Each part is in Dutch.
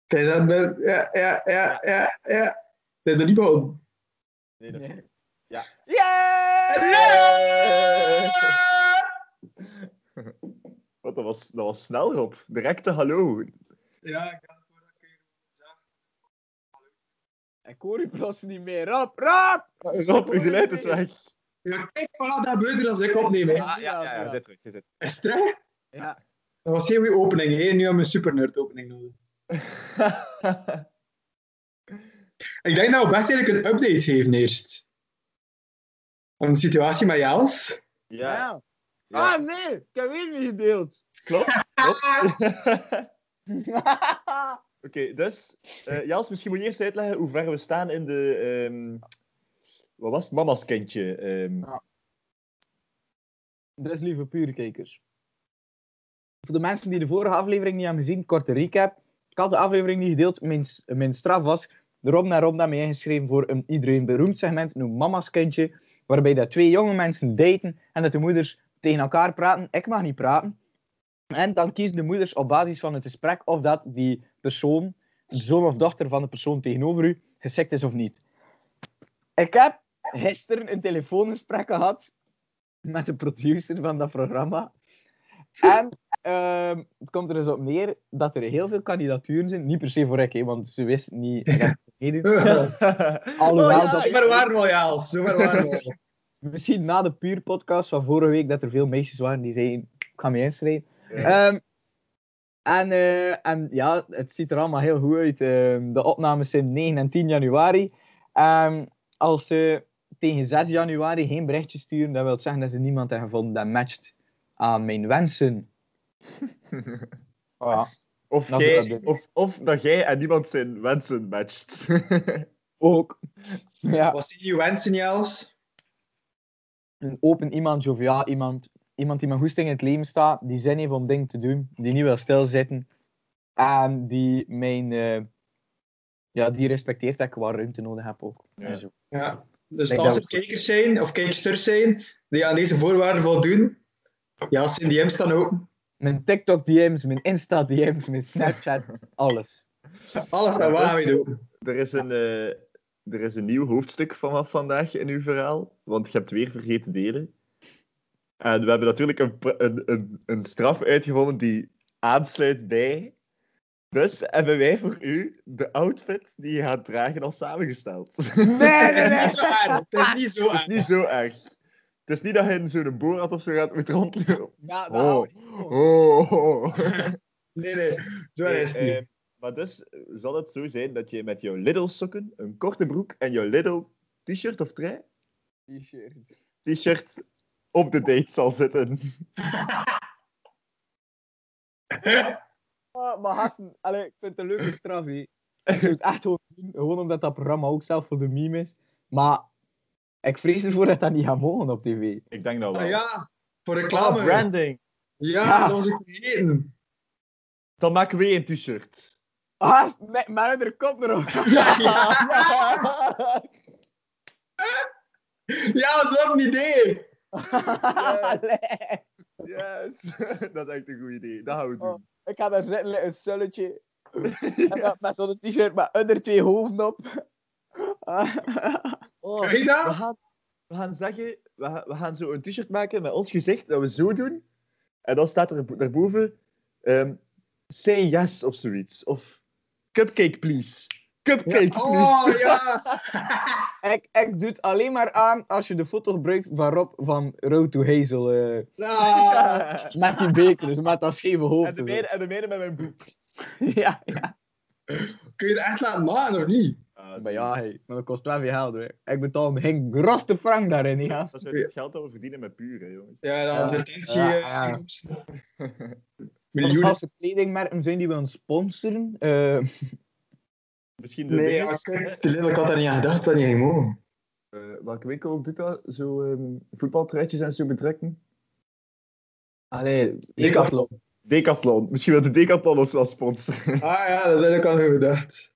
Kijk, ja. Dat is nog niet begonnen. Nee, dat... Nee. Ja. Wat, dat was snel, Rob. Directe hallo. Ja, ik had voor dat keer zeggen. Ik hoor je plots niet meer. Rob! Rob, uw geluid is weg. Ja, kijk, voilà, dat gebeurt als ik opneem. Hè. Ja, zit terug. Je zit. Is het terug? Ja. Dat was geen goede opening. Hè. Nu hebben we een supernerd opening nodig. Ik denk dat we best eigenlijk een update geven eerst. Van de situatie met Jels. Ja. Ja. Ah, nee! Ik heb weer niet gedeeld. Klopt. Oké, dus Jels, misschien moet je eerst uitleggen hoe ver we staan in de... wat was het? Mama's kindje. Dus lieve puurkijkers. Voor de mensen die de vorige aflevering niet hebben gezien, korte recap. Ik had de aflevering niet gedeeld. Mijn straf was de Rob naar mij ingeschreven voor een iedereen beroemd segment, noem Mama's kindje, waarbij dat 2 jonge mensen daten en dat de moeders tegen elkaar praten. Ik mag niet praten. En dan kiezen de moeders op basis van het gesprek of dat die persoon, de zoon of dochter van de persoon tegenover u, geschikt is of niet. Ik heb gisteren een telefoongesprek gehad met de producer van dat programma. En het komt er dus op neer dat er heel veel kandidaturen zijn. Niet per se voor ik, want ze wist niet dat ik meedoen. Alhoewel dat... Zover waren we al, Jels. Zover waren we al. Misschien na de Puur-podcast van vorige week dat er veel meisjes waren die zeiden, ik ga me inschrijven. Ja. En ja, het ziet er allemaal heel goed uit. De opnames zijn 9 en 10 januari. Als ze tegen 6 januari geen berichtje sturen, dat wil zeggen dat ze niemand hebben gevonden dat matcht aan mijn wensen. Ja. Of dat jij en niemand zijn wensen matcht. Ook. Ja. Wat zijn je wensen, Jels? Een open iemand, joviaal iemand die met goesting in het leven staat, die zin heeft om dingen te doen, die niet wil stilzitten en die die respecteert dat ik wel ruimte nodig heb ook. Ja. En zo. Ja. Dus Ik als denk er kijkers zijn, of kijksters zijn, die aan deze voorwaarden voldoen, Jels zijn DM's staan open. Mijn TikTok DM's, mijn Insta DM's, mijn Snapchat, alles. Alles aan waar we doen. Er is een nieuw hoofdstuk vanaf vandaag in uw verhaal, want je hebt weer vergeten delen. En we hebben natuurlijk een straf uitgevonden die aansluit bij. Dus hebben wij voor u de outfit die je gaat dragen al samengesteld. Nee, Het is niet zo erg. Het is niet zo Het is erg. niet zo erg. Het is niet dat je in zo'n Borat of zo gaat met rondlopen. Ja, Nee. Zo erg is het niet. Maar dus zal het zo zijn dat je met jouw Lidl sokken, een korte broek en jouw Lidl t-shirt of trui, t-shirt op de date zal zitten. Maar gasten, ik vind het een leuke straf. Hè. Ik zou het echt gewoon doen, gewoon omdat dat programma ook zelf voor de meme is. Maar ik vrees ervoor dat dat niet gaat mogen op tv. Ik denk dat wel. Ah, ja, voor reclame. Branding. Ja, dat was ik vergeten. Dan maken we een t-shirt. Met er kop erop. Ja, dat is wel een idee. Yes. Dat is echt een goed idee. Dat gaan we doen. Ik ga daar zitten, like een sulletje. En dan met zo'n t-shirt met onder 2 hoofden op. Weet je dat? We gaan zeggen, we gaan zo een t-shirt maken met ons gezicht, dat we zo doen. En dan staat er daarboven, say yes of zoiets. Of cupcake please. Cupcake please. Oh, ja. Ik doe het alleen maar aan als je de foto gebruikt van Rob van Road to Hazel. Ah. Met die beker, dus met dat scheve hoofd. En de mijne met mijn boek. Ja. Kun je het echt laten maken, of niet? Maar ja, maar dat kost wel veel geld, hoor. Ik betaal geen groste frank daarin, niet, gast. Dat is het geld dat we verdienen met puur, hè, jongens. Ja, de advertentie. Wat Miljoenen. als er kledingmerken zijn die willen sponsoren? Misschien de Nee, dingen- ja, kut. Ik had daar niet aan gedacht dat niet ging mogen. welke winkel doet dat? Zo voetbaltruitjes en zo betrekken? Allee, Decathlon. Misschien wil de Decathlon ons wel sponsoren. Ah ja, dat is eigenlijk al gedacht.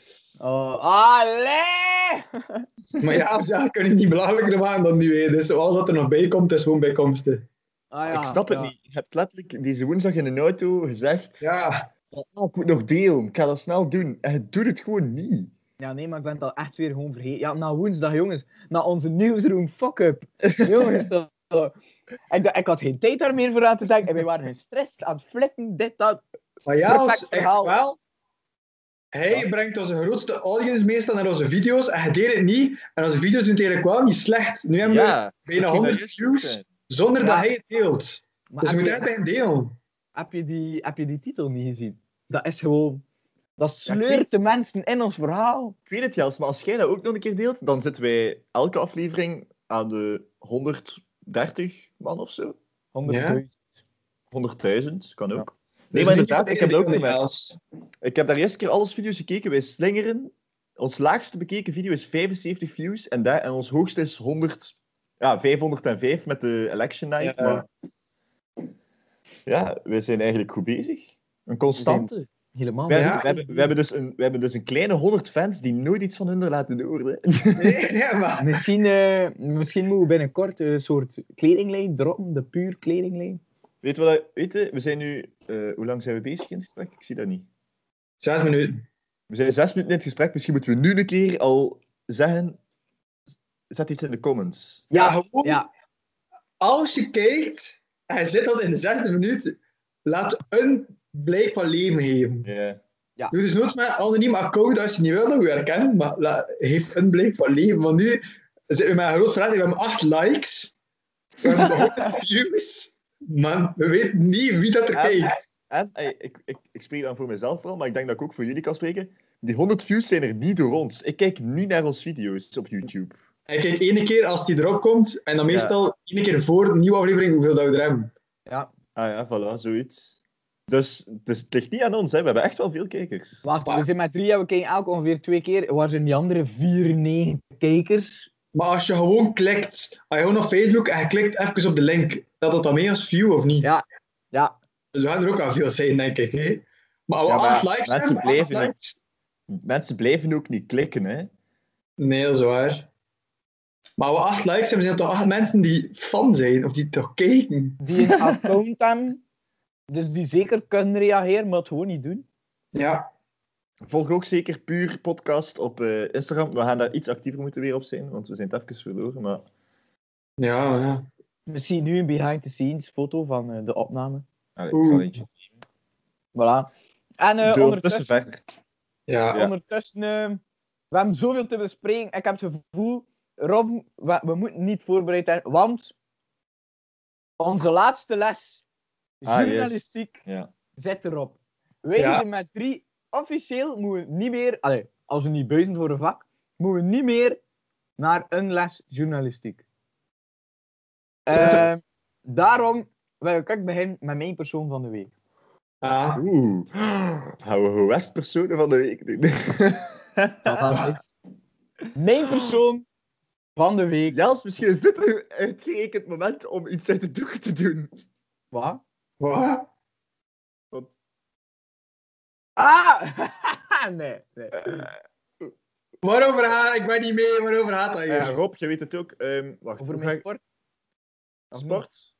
Allee! Maar ja, ze kunnen het niet belangrijker maken dan nu. Hè. Dus alles wat er nog bij komt, is gewoon bijkomstig. Ah, ja, Ik snap het niet. Je hebt letterlijk deze woensdag in een auto gezegd... Ja. Oh, ik moet nog delen. Ik ga dat snel doen. En je doet het gewoon niet. Ja, nee, maar ik ben het al echt weer gewoon vergeten. Ja, na woensdag, jongens. Na onze nieuwsroom fuck-up. Jongens, toch. Ik had geen tijd daar meer voor aan te denken. En wij waren gestrest aan het flippen, dit, dat. Maar ja, Perfect als echt verhaal. wel. Hij Ja. brengt onze grootste audience meestal naar onze video's en hij deed het niet. En onze video's doen het eigenlijk wel niet slecht. Nu hebben we Ja. bijna ik ging 100 dat juist views zeggen. zonder Ja. dat hij het deelt. Maar Dus je moet heb, echt je, bij hem delen. heb je die titel niet gezien? Dat is gewoon... Dat Ja, ik sleurt weet- de mensen in ons verhaal. Ik weet het, Jels, maar als jij dat ook nog een keer deelt, dan zitten wij elke aflevering aan de 130 man of zo. 100.000. 100.000, kan ook. Dus Nee, maar nu inderdaad, ik heb dat ook delen, gemerkt. Jels. Ik heb daar eerst keer alles video's gekeken. Wij slingeren. Ons laagste bekeken video is 75 views en ons hoogste is 505 met de Election Night. Ja. Maar ja, wij zijn eigenlijk goed bezig. Een constante. Helemaal We, Ja. hebben, we, hebben we hebben dus een kleine 100 fans die nooit iets van hun er laten horen. Nee, ja, maar... Misschien moeten we binnenkort een soort kledinglijn droppen. De puur kledinglijn. Weet je, we zijn nu... hoe lang zijn we bezig in het gesprek? Ik zie dat niet. 6 minuten. We zijn 6 minuten in het gesprek. Misschien moeten we nu een keer al zeggen... Zet iets in de comments. Ja, Ja, gewoon, ja. als je kijkt en je zit al in de 6e minuut, laat een blijk van leven geven. Ja. Doe dus nooit met een anoniem account als je niet wil dat we je herkennen, maar geef een blijk van leven. Want nu zitten we met een groot verhaal. We hebben 8 likes, we hebben 100 views, man, we weten niet wie dat er kijkt. En ik spreek dan voor mezelf vooral, maar ik denk dat ik ook voor jullie kan spreken. Die 100 views zijn er niet door ons. Ik kijk niet naar onze video's op YouTube. En kijk, één keer als die erop komt, en dan meestal één keer voor een nieuwe aflevering hoeveel dat we er hebben. Ja. Ah ja, voilà, zoiets. Dus het ligt niet aan ons, hè. We hebben echt wel veel kijkers. Wacht, we zijn met 3 en we kijken elk ongeveer 2 keer. Waar zijn die andere 94 kijkers? Maar als je gewoon klikt, als je gewoon op Facebook en je klikt even op de link, dat het dan mee als view of niet? Ja. Ja. Dus we gaan er ook al veel zijn, denk ik. Hè? Maar als we Ja, maar 8 likes mensen hebben, 8 blijven niet. likes... Mensen blijven ook niet klikken, hè. Nee, dat is waar. Maar als we 8 likes hebben, zijn er toch 8 mensen die fan zijn, of die toch kijken. Die een account hebben. Dus die zeker kunnen reageren, maar het gewoon niet doen. Ja. Volg ook zeker Puur Podcast op Instagram. We gaan daar iets actiever moeten weer op zijn, want we zijn het even verloren. Maar... Ja, ja. Misschien nu een behind-the-scenes foto van de opname. Allee, Oeh. ik zal eentje Voilà. En doe ondertussen ondertussen... verder. Ja. Ja. Ondertussen, we hebben zoveel te bespreken. Ik heb het gevoel, Rob, we moeten niet voorbereid zijn, want onze laatste les, journalistiek, Ja. zit erop. Wij Ja. zijn met 3, officieel moeten we niet meer, als we niet buizen voor een vak, moeten we niet meer naar een les journalistiek. Zet Daarom wil ik beginnen met mijn persoon van de week. Ah. Oeh. Gaan we gewoon Westpersonen van de week doen? Mijn persoon van de week. Jels, misschien is dit een uitgerekend moment om iets uit de doeken te doen. Wat? Wat? Ah! nee. Waarover gaat ik ben niet mee, waarover gaat dat hier? Rob, je weet het ook. Wacht, Over hoe mijn ga ik- sport. Of niet? Sport?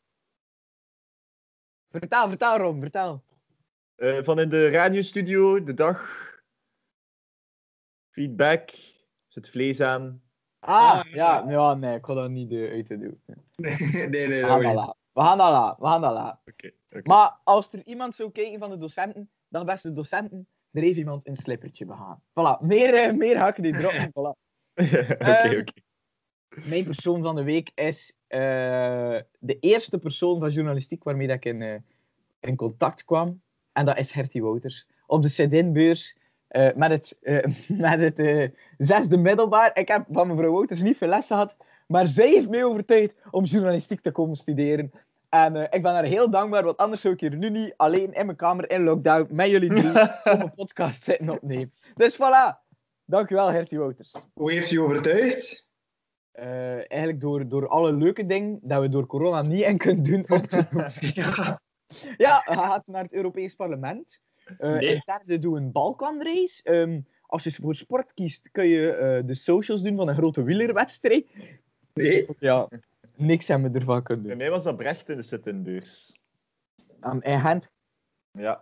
Vertel, Rob, vertel. Van in de radiostudio, de dag. Feedback. Zit vlees aan. Ah, Ah, ja. ja, nee, ik ga dat niet uit te doen. Nee, We dat gaan weet dat ik. laten. We gaan dat laten. Oké. Maar als er iemand zou kijken van de docenten, dag beste docenten, er heeft iemand een slippertje begaan. Voilà, meer ga ik niet droppen. Voilà. Oké. Mijn persoon van de week is de eerste persoon van journalistiek waarmee dat ik in contact kwam. En dat is Hertie Wouters. Op de CD-beurs met het 6e middelbaar. Ik heb van mevrouw Wouters niet veel lessen gehad, maar zij heeft mij overtuigd om journalistiek te komen studeren. En ik ben haar heel dankbaar, want anders zou ik hier nu niet alleen in mijn kamer in lockdown met jullie 3 op een podcast zitten opnemen. Dus voilà. Dankjewel, Hertie Wouters. Hoe heeft u overtuigd? Eigenlijk door alle leuke dingen dat we door corona niet in kunnen doen. Op te doen. Ja. Ja, hij gaat naar het Europees Parlement. Nee. In het derde doen we een Balkanrace. Als je voor sport kiest, kun je de socials doen van een grote wielerwedstrijd. Nee. Ja, niks hebben we ervan kunnen Bij doen. mij was dat Brecht in de sit-in-beurs. In Gent. Ja.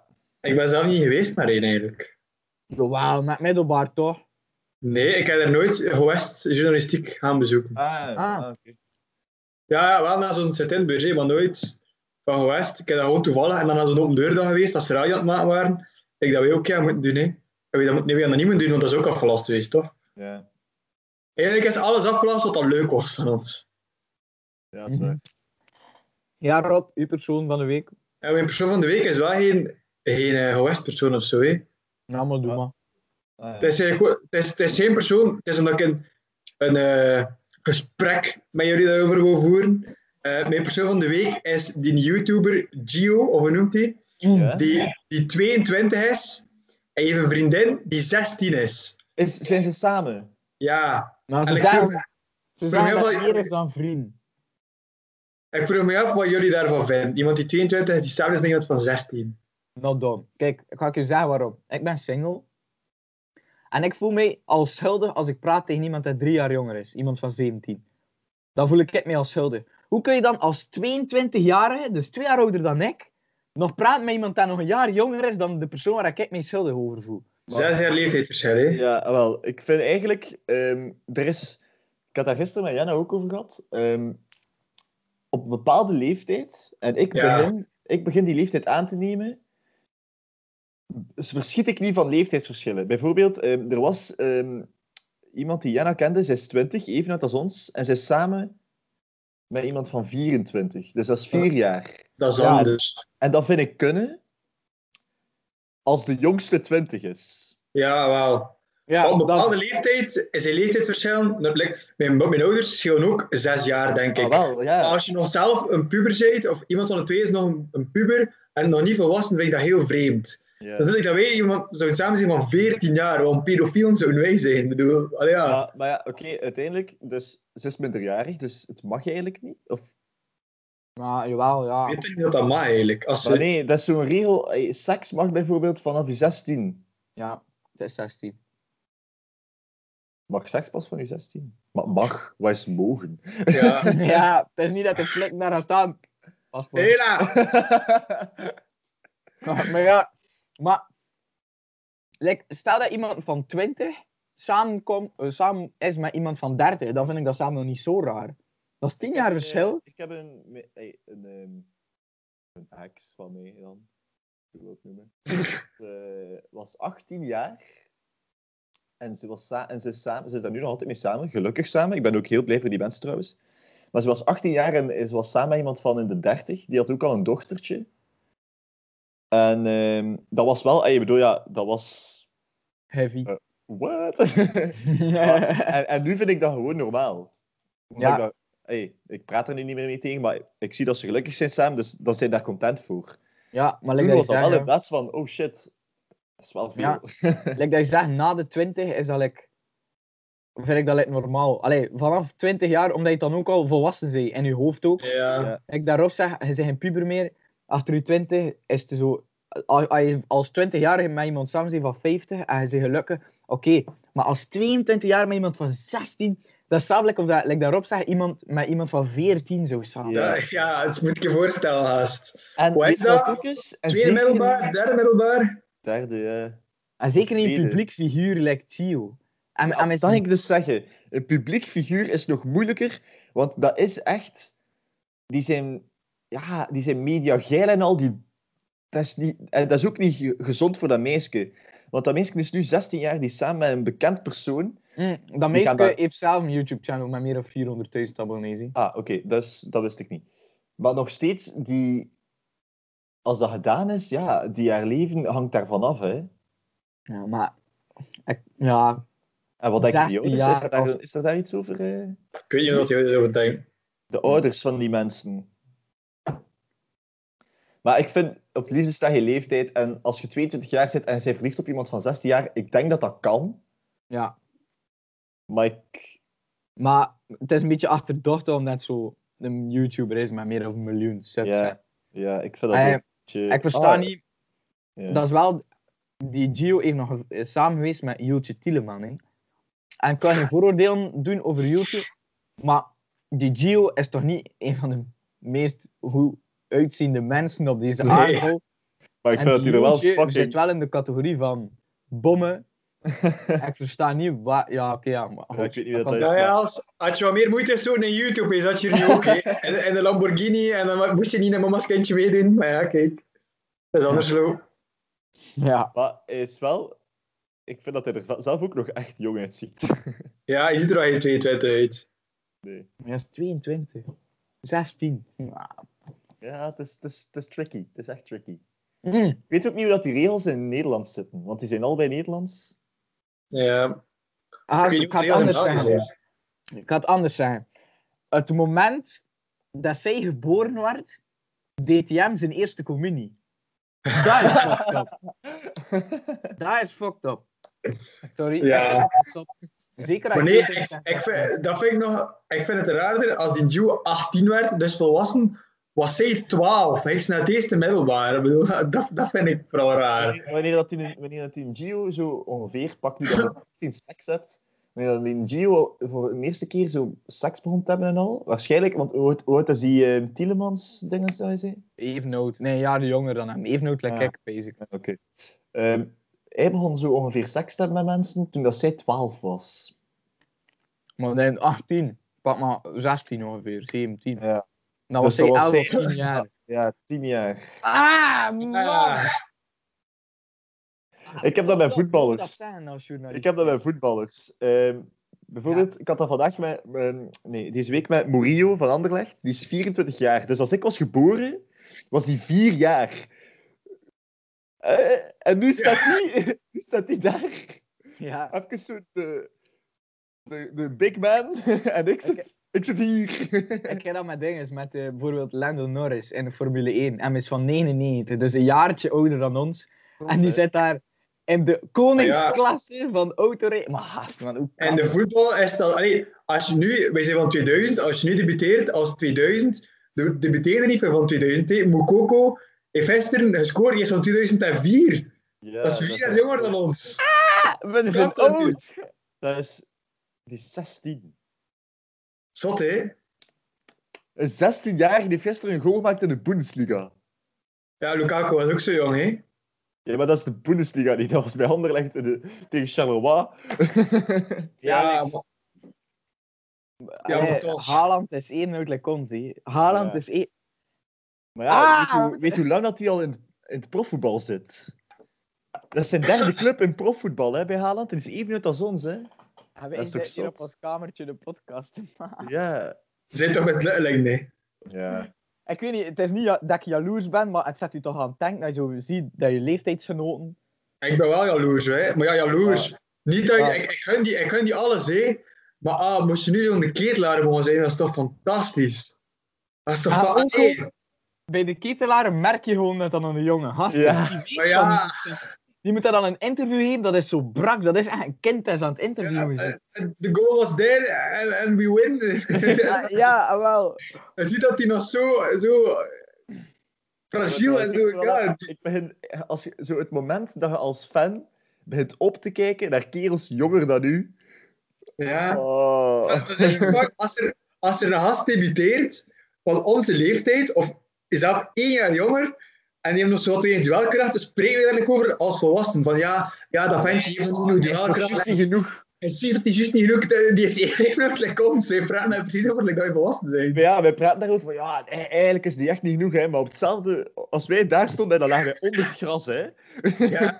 Ik ben zelf niet geweest naar één, eigenlijk. Jawel, met middelbaar toch? Nee, ik heb er nooit gewest-journalistiek gaan bezoeken. Oké. Ja, wel naar zo'n sit-in-beurs, maar nooit van gewest. Ik heb dat gewoon toevallig en dan naar zo'n open deurdag geweest, als ze radio aan het maken waren. Ik dat we ook moeten doen, hè. En we dat niet moeten doen, want dat is ook afgelast geweest, toch? Ja, Eigenlijk is alles afgelast wat dan leuk was van ons. ja, dat is waar. Ja, Rob, uw persoon van de week. En mijn persoon van de week is wel geen gewestpersoon of zo, hè. Nou, maar doe maar. Ah, Het is, eigenlijk het is geen persoon, het is omdat ik een gesprek met jullie daarover wil voeren. Mijn persoon van de week is die YouTuber Gio, of hoe noemt hij? Ja? Die 22 is en heeft een vriendin die 16 is. Zijn ze samen? Ja. Nou, En ze ik vroeg, zeggen dat me het af- meer is dan vriend. ik vroeg me af wat jullie daarvan vinden. Iemand die 22 is, die samen is met iemand van 16. Nou dan, kijk, ik ga je zeggen waarom. Ik ben single. En ik voel mij al schuldig als ik praat tegen iemand die 3 jaar jonger is. Iemand van 17. Dan voel ik mij al schuldig. Hoe kun je dan als 22-jarige, dus 2 jaar ouder dan ik, nog praten met iemand die nog een jaar jonger is dan de persoon waar ik mij schuldig over voel? 6 jaar leeftijdsverschil, hè? Ja, wel. Ik vind eigenlijk... ik had daar gisteren met Jenna ook over gehad. Op een bepaalde leeftijd, en Ja. ik begin die leeftijd aan te nemen, verschiet ik niet van leeftijdsverschillen. Bijvoorbeeld, er was iemand die Jenna kende, zij is 20, even oud als ons, en zij is samen met iemand van 24. Dus dat is 4 jaar. Dat is Ja. anders. En dat vind ik kunnen als de jongste 20 is. Ja, wel. Ja, Op een bepaalde dat, leeftijd is een leeftijdsverschil. Mijn ouders schelen ook 6 jaar, denk ik. Ah, wel, ja. Maar als je nog zelf een puber bent, of iemand van de twee is nog een puber en nog niet volwassen, vind ik dat heel vreemd. Ja. Dan vind ik dat wij iemand zouden samen zijn van 14 jaar, want pedofielen zouden wij zijn. Ik bedoel, allee, ja. Maar ja, oké, uiteindelijk, dus ze is minderjarig, dus het mag je eigenlijk niet. Of... maar jawel, ja. Ik weet niet dat dat mag eigenlijk. Als Maar ze... nee, dat is zo'n regel. Seks mag bijvoorbeeld vanaf je 16. Ja, ze is 16. Mag seks pas van je 16? Maar mag, wat is mogen? Ja. Ja, het is niet dat de flik daar aan staan. Paspoort. Hela! Maar ja, maar like, stel dat iemand van 20 samen is met iemand van 30, dan vind ik dat samen nog niet zo raar. Dat is 10 jaar verschil. Ik heb een ex van mij dan, hoe wil ik het noemen. Ze was 18 jaar en ze is samen, ze is daar nu nog altijd mee samen, gelukkig samen. Ik ben ook heel blij voor die mensen trouwens. Maar ze was 18 jaar en ze was samen met iemand van in de 30, die had ook al een dochtertje. En dat was wel, ik bedoel, ja, dat was... Heavy. What? en nu vind ik dat gewoon normaal. Omdat Ja. ik praat er nu niet meer mee tegen, maar ik zie dat ze gelukkig zijn samen, dus dan zijn daar content voor. Ja, maar Toen like was dat dat je wel zegt, in plaats van, oh shit, dat is wel veel. Ja. like dat je zegt, na de 20 is dat vind ik dat normaal. Allee, vanaf 20 jaar, omdat je dan ook al volwassen bent, in je hoofd ook. Ja. Ik daarop zeg, je bent geen puber meer. Achter je 20 is het zo... Als je als 20-jarige met iemand samen bent van 50 en je bent gelukkig, oké. Maar als 22 jaar met iemand van 16, dat is zelfs, of dat, daarop zeg, met iemand van 14 zo samen. Ja. Ja, het moet ik je voorstellen, haast. En Hoe weet is je wat dat? ook is? En Tweede zeker in middelbaar, derde middelbaar. derde, ja. En zeker niet een Tweede. publiek figuur, like Gio. En Ja, met dat kan ik dus zeggen. Een publiek figuur is nog moeilijker, want dat is echt... Die zijn mediageil en al, dat is ook niet gezond voor dat meisje. Want dat meisje is nu 16 jaar, die is samen met een bekend persoon. dat gaan meisje daar- heeft zelf een YouTube-channel met meer dan 400.000 abonnees. Hè. Ah, oké, dat wist ik niet. Maar nog steeds, als dat gedaan is, ja, haar leven hangt daarvan af, hè. Ja, maar... Ja, En wat denk je, die 16 ouders? jaar Is er daar iets over? Ik weet niet wat je erover denkt. De ouders van die mensen. Maar ik vind, op liefde sta je leeftijd, en als je 22 jaar zit en je bent verliefd op iemand van 16 jaar, ik denk dat dat kan, ja. maar Maar het is een beetje achterdochtig omdat het zo een YouTuber is met meer dan 1 miljoen subs. hè. ja, ik vind dat ook een beetje... Ik versta Ah, niet... ja. Dat is wel... Die Gio heeft nog samen geweest met Jultje Tieleman. Hè. En ik kan geen vooroordelen doen over Jultje, maar die Gio is toch niet een van de meest goed uitziende mensen op deze Nee. aardbol. Maar ik En vind dat die hij er wel Joeltje fucking... zit wel in de categorie van bommen. Ik versta niet waar... Ja, oké, ja. Maar Ja, ik weet niet wie kan- dat is. Ja, als je wat meer moeite zoekt in YouTube, is dat je er nu ook, hè. En de Lamborghini, en dan moest je niet naar mama's kindje meedoen. Maar ja, kijk. Dat is anders zo. Ja. Maar hij is wel... Ik vind dat hij er zelf ook nog echt jong uitziet. Ja, je ziet er al heel 22 uit. Nee. Hij is 22. 16. Ja. Ja, het is tricky. Het is echt tricky. Mm. Ik weet ook niet hoe dat die regels in Nederland zitten, want die zijn allebei Nederlands. Ja. Ah, Ik weet niet ik wat ga er het heel anders in België zeggen. Ik ga het anders zeggen. Het moment dat zij geboren werd, deed hij hem zijn eerste communie. Dat is fucked up. Dat is fucked up. Sorry. Ja. Zeker Maar als nee, je ik vind het raarder als die Jew 18 werd, dus volwassen, was zij 12. Hij is naar het eerste middelbaar. Ik bedoel, dat vind ik vooral raar. Wanneer dat die in Gio zo ongeveer, pak nu dat je 18 seks hebt, wanneer dat die in Gio voor de eerste keer zo seks begon te hebben en al, waarschijnlijk, want hoe oud is die Tielemans dingen dat je zei? Evennoot. Nee, een jaar jonger dan hem. Evennoot like Ja. ik, bezig. Oké. Hij begon zo ongeveer seks te hebben met mensen toen dat zij 12 was. Maar dan 18. Pak maar 16 ongeveer. 17. Ja. Dan Dus was zij dat was 11 zij- of 10 jaar. Ja, 10 jaar. Ah, man! Ah, Ik heb dat bij Dat voetballers. zijn als journalist. Ik heb dat bij voetballers. Bijvoorbeeld, ik had dat vandaag deze week met Murillo van Anderlecht. Die is 24 jaar. Dus als ik was geboren, was hij 4 jaar. En nu staat hij nu staat hij daar. Ja. Even zo de big man. En ik zit hier. Ik heb dat met dingen, met bijvoorbeeld Lando Norris in de Formule 1. Hij is van 99, dus een jaartje ouder dan ons. En die zit daar in de koningsklasse van autorijden. Maar haast, man, hoe kan en de dat? voetbal is dat... Allee, als je nu... Wij zijn van 2000. Als je nu debuteert als 2000, debuteerde niet van 2000. Hè. Moukoko heeft gisteren gescoord. Die is van 2004. Ja, Dat is 4 jaar jonger dan ons. We zijn Klopt dat oud! die is 16. Zot, hè? Een 16-jarige die heeft gisteren een goal gemaakt in de Bundesliga. Ja, Lukaku was ook zo jong, hè? Ja, maar dat is de Bundesliga niet. Dat was bij Anderlecht tegen Charleroi. Ja, like, maar, ja, maar toch. Haaland is één uit like ons, hè. Haaland Ja. is één... Maar ja, Ah! weet hoe lang dat hij al in het profvoetbal zit? Dat is zijn derde club in profvoetbal, hè, bij Haaland. Het is even uit als ons, hè. Hij Dat is toch zit hier op zot? ons kamertje de podcast te maken. Ja. Ze zijn toch best lukkelijk, nee? Ja. Ik weet niet, het is niet dat ik jaloers ben, maar het zet u toch aan het denken dat je zo ziet dat je leeftijdsgenoten... Ik ben wel jaloers, hè? Maar ja, jaloers. Niet dat Ah. ik gun die alles, hè? Maar moest je nu zo'n ketelaar mogen zijn, dat is toch fantastisch? Dat is toch Ah, van... ook Hey, Bij de ketelaren merk je gewoon dat dat een jonge gast is. Ja. Die weet maar ja, van niets. Die moet dan een interview geven, dat is zo brak. Dat is echt een kind dat is aan het interviewen. zo. de goal was there and we win. Ja, wel. Je ziet dat hij nog zo fragiel en zo... Ja, Ik begin, als je, zo het moment dat je als fan begint op te kijken naar kerels jonger dan u. ja. Oh. Dat is echt vaak, als er een gast debuteert van onze leeftijd, of is zelf 1 jaar jonger, en die heeft nog zo wat duelkracht, dan spreken we daar over als volwassen. Van ja, dat ventje heeft nog Is duelkracht. nog niet genoeg. En zie dat die juist niet genoeg, die is even like ons. Wij praten daar precies over like dat we volwassen zijn. Maar ja, wij praten daarover van ja, eigenlijk is die echt niet genoeg, hè. Maar op hetzelfde, als wij daar stonden, dan lagen wij onder het gras, hè. Ja.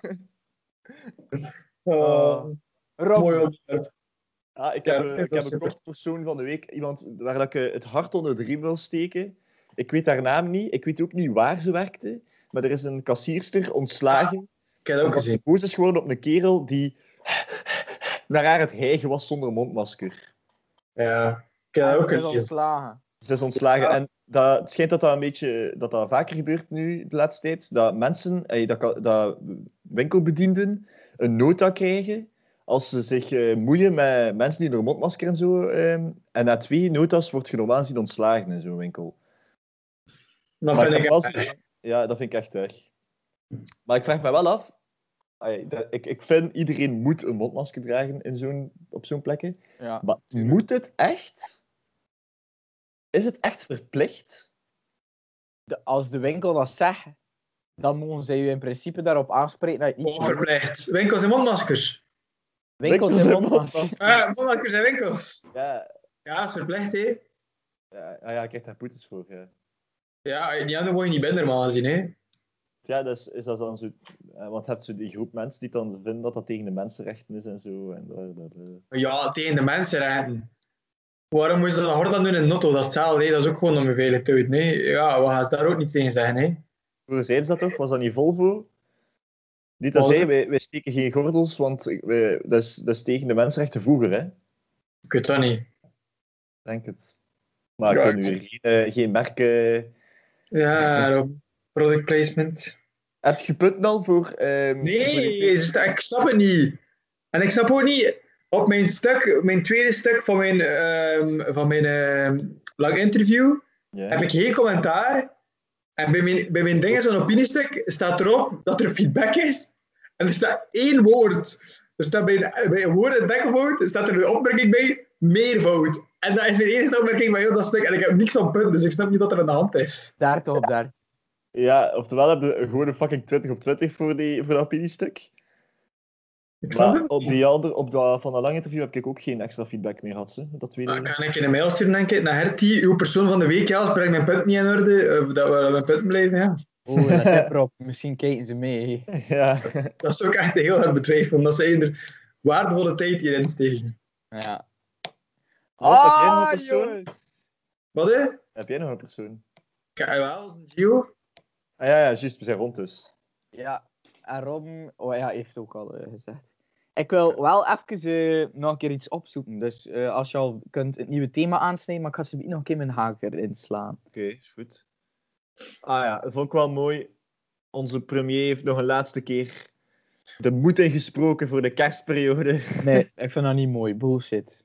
Rob, Mooi onderwerp. Ja, ik Ja, heb, dat ik heb is een super. kostpersoon van de week, iemand waar dat ik het hart onder de riem wil steken. Ik weet haar naam niet, ik weet ook niet waar ze werkte, maar er is een kassierster ontslagen, Ik heb dat ook omdat ze gezien. boos is geworden op een kerel die naar haar het hijgen was zonder mondmasker. Ja, ik heb dat ook is gelezen. ontslagen. Ze is ontslagen Ja. en het schijnt dat dat een beetje dat vaker gebeurt nu de laatste tijd, dat mensen, dat winkelbedienden een nota krijgen als ze zich moeien met mensen die een mondmasker en zo. En na 2 notas wordt je normaal gezien ontslagen in zo'n winkel. Dat Maar vind ik ik heb echt... wel ja, dat vind ik echt erg. Maar ik vraag me wel af. Ik vind iedereen moet een mondmasker dragen op zo'n plekken. Ja. Maar moet het echt? Is het echt verplicht? Als de winkel dat zegt, dan mogen zij je in principe daarop aanspreken dat je niet... Oh, verplicht. Winkels en mondmaskers. Winkels en mondmaskers. Mondmaskers en winkels. Ja, Ja, is verplicht, hè. ja, ik krijg daar boetes voor. Ja, Ja, die anderen moet je niet binnen maar zien, hè. ja dus is dat dan zo... want je hebt zo die groep mensen die dan vinden dat dat tegen de mensenrechten is en zo. En Ja, tegen de mensenrechten. Waarom moet je dat hard aan doen in Notto? Dat is hetzelfde, hè. Dat is ook gewoon om je veilig te houden, hè. Ja, we gaan ze daar ook niet tegen zeggen, hè. Hoe zeiden ze dat toch? Was dat niet Volvo? Die dat Wat? zei, wij steken geen gordels, want dat is tegen de mensenrechten vroeger, hè? Ik weet dat niet. Denk het. Maar Ja, ik wil nu geen merken... Ja, Rob. Product placement. Heb je punt al voor... voor Nee, die- ik snap het niet. En ik snap ook niet, op mijn tweede stuk van mijn lang interview, Ja. heb ik geen commentaar. En bij mijn ding, zo'n opiniestuk, staat erop dat er feedback is. En er staat 1 woord. Er staat bij een woord en dekfout, staat er een opmerking bij, meervoud. En dat is mijn enige opmerking van heel dat stuk. En ik heb niks van punt, dus ik snap niet wat er aan de hand is. Daar toch op daar. Ja, oftewel heb je gewoon een fucking 20 op 20 voor dat opiniestuk. Ik snap Maar het. op dat van dat lang interview heb ik ook geen extra feedback meer gehad. Dat tweede... Dan kan ik in een mail sturen, denk ik, naar Hertie, uw persoon van de week, ja, breng mijn punt niet in orde, of dat we mijn punt blijven, ja. Oeh, dat tip erop. Misschien kijken ze mee. Hè. Ja. Dat zou ik echt heel hard betwijfelen, omdat ze er waardevolle tijd hierin steken. Ja. Wat, heb jij nog een persoon? jongens. Wat, hè? Heb jij nog een persoon? Kijk, wel, een Gio. Ah ja, juist, we zijn rond dus. Ja, en Robin heeft ook al gezegd. Ik wil wel even nog een keer iets opzoeken. Dus als je al kunt het nieuwe thema aansnijden, maar ik ga ze nog een keer mijn haak erin slaan. Oké, is goed. Ah ja, dat vond ik wel mooi. Onze premier heeft nog een laatste keer de moed ingesproken voor de kerstperiode. Nee, ik vind dat niet mooi. Bullshit.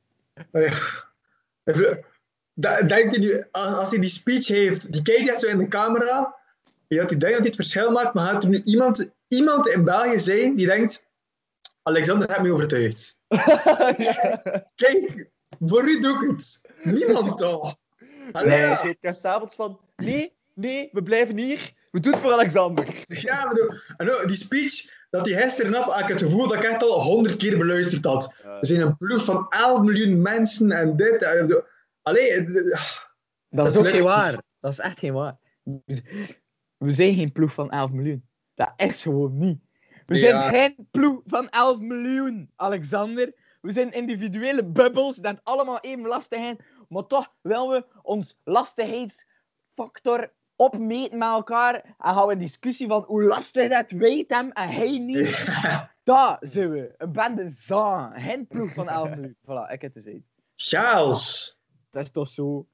Denkt hij nu, als hij die speech heeft, die kijkt echt zo in de camera, je had die denkt dat hij het verschil maakt, maar gaat er nu iemand in België zijn die denkt, Alexander heeft me overtuigd. Kijk, voor u doe ik het. Niemand toch? Allee, Nee, ja. hij zei s'avonds van, nee, we blijven hier. We doen het voor Alexander. Ja, bedoel, en ook die speech dat hij gisteren had, had ik het gevoel dat ik echt al 100 keer beluisterd had. Ja. Er zijn een ploeg van 11 miljoen mensen en dit. Allee, Dat is Dat ook lukt geen waar. Dat is echt geen waar. We zijn geen ploeg van 11 miljoen. Dat is gewoon niet. We zijn Ja. geen ploeg van 11 miljoen, Alexander. We zijn individuele bubbels dat allemaal even lastig zijn. Maar toch willen we ons lastigheidsfactor opmeten met elkaar. En gaan we een discussie van hoe lastig dat weet hem en hij niet. Daar zijn we. Een bende zaan. Geen ploeg van 11 miljoen. Voilà, ik heb het gezegd. Charles. Dat is toch zo.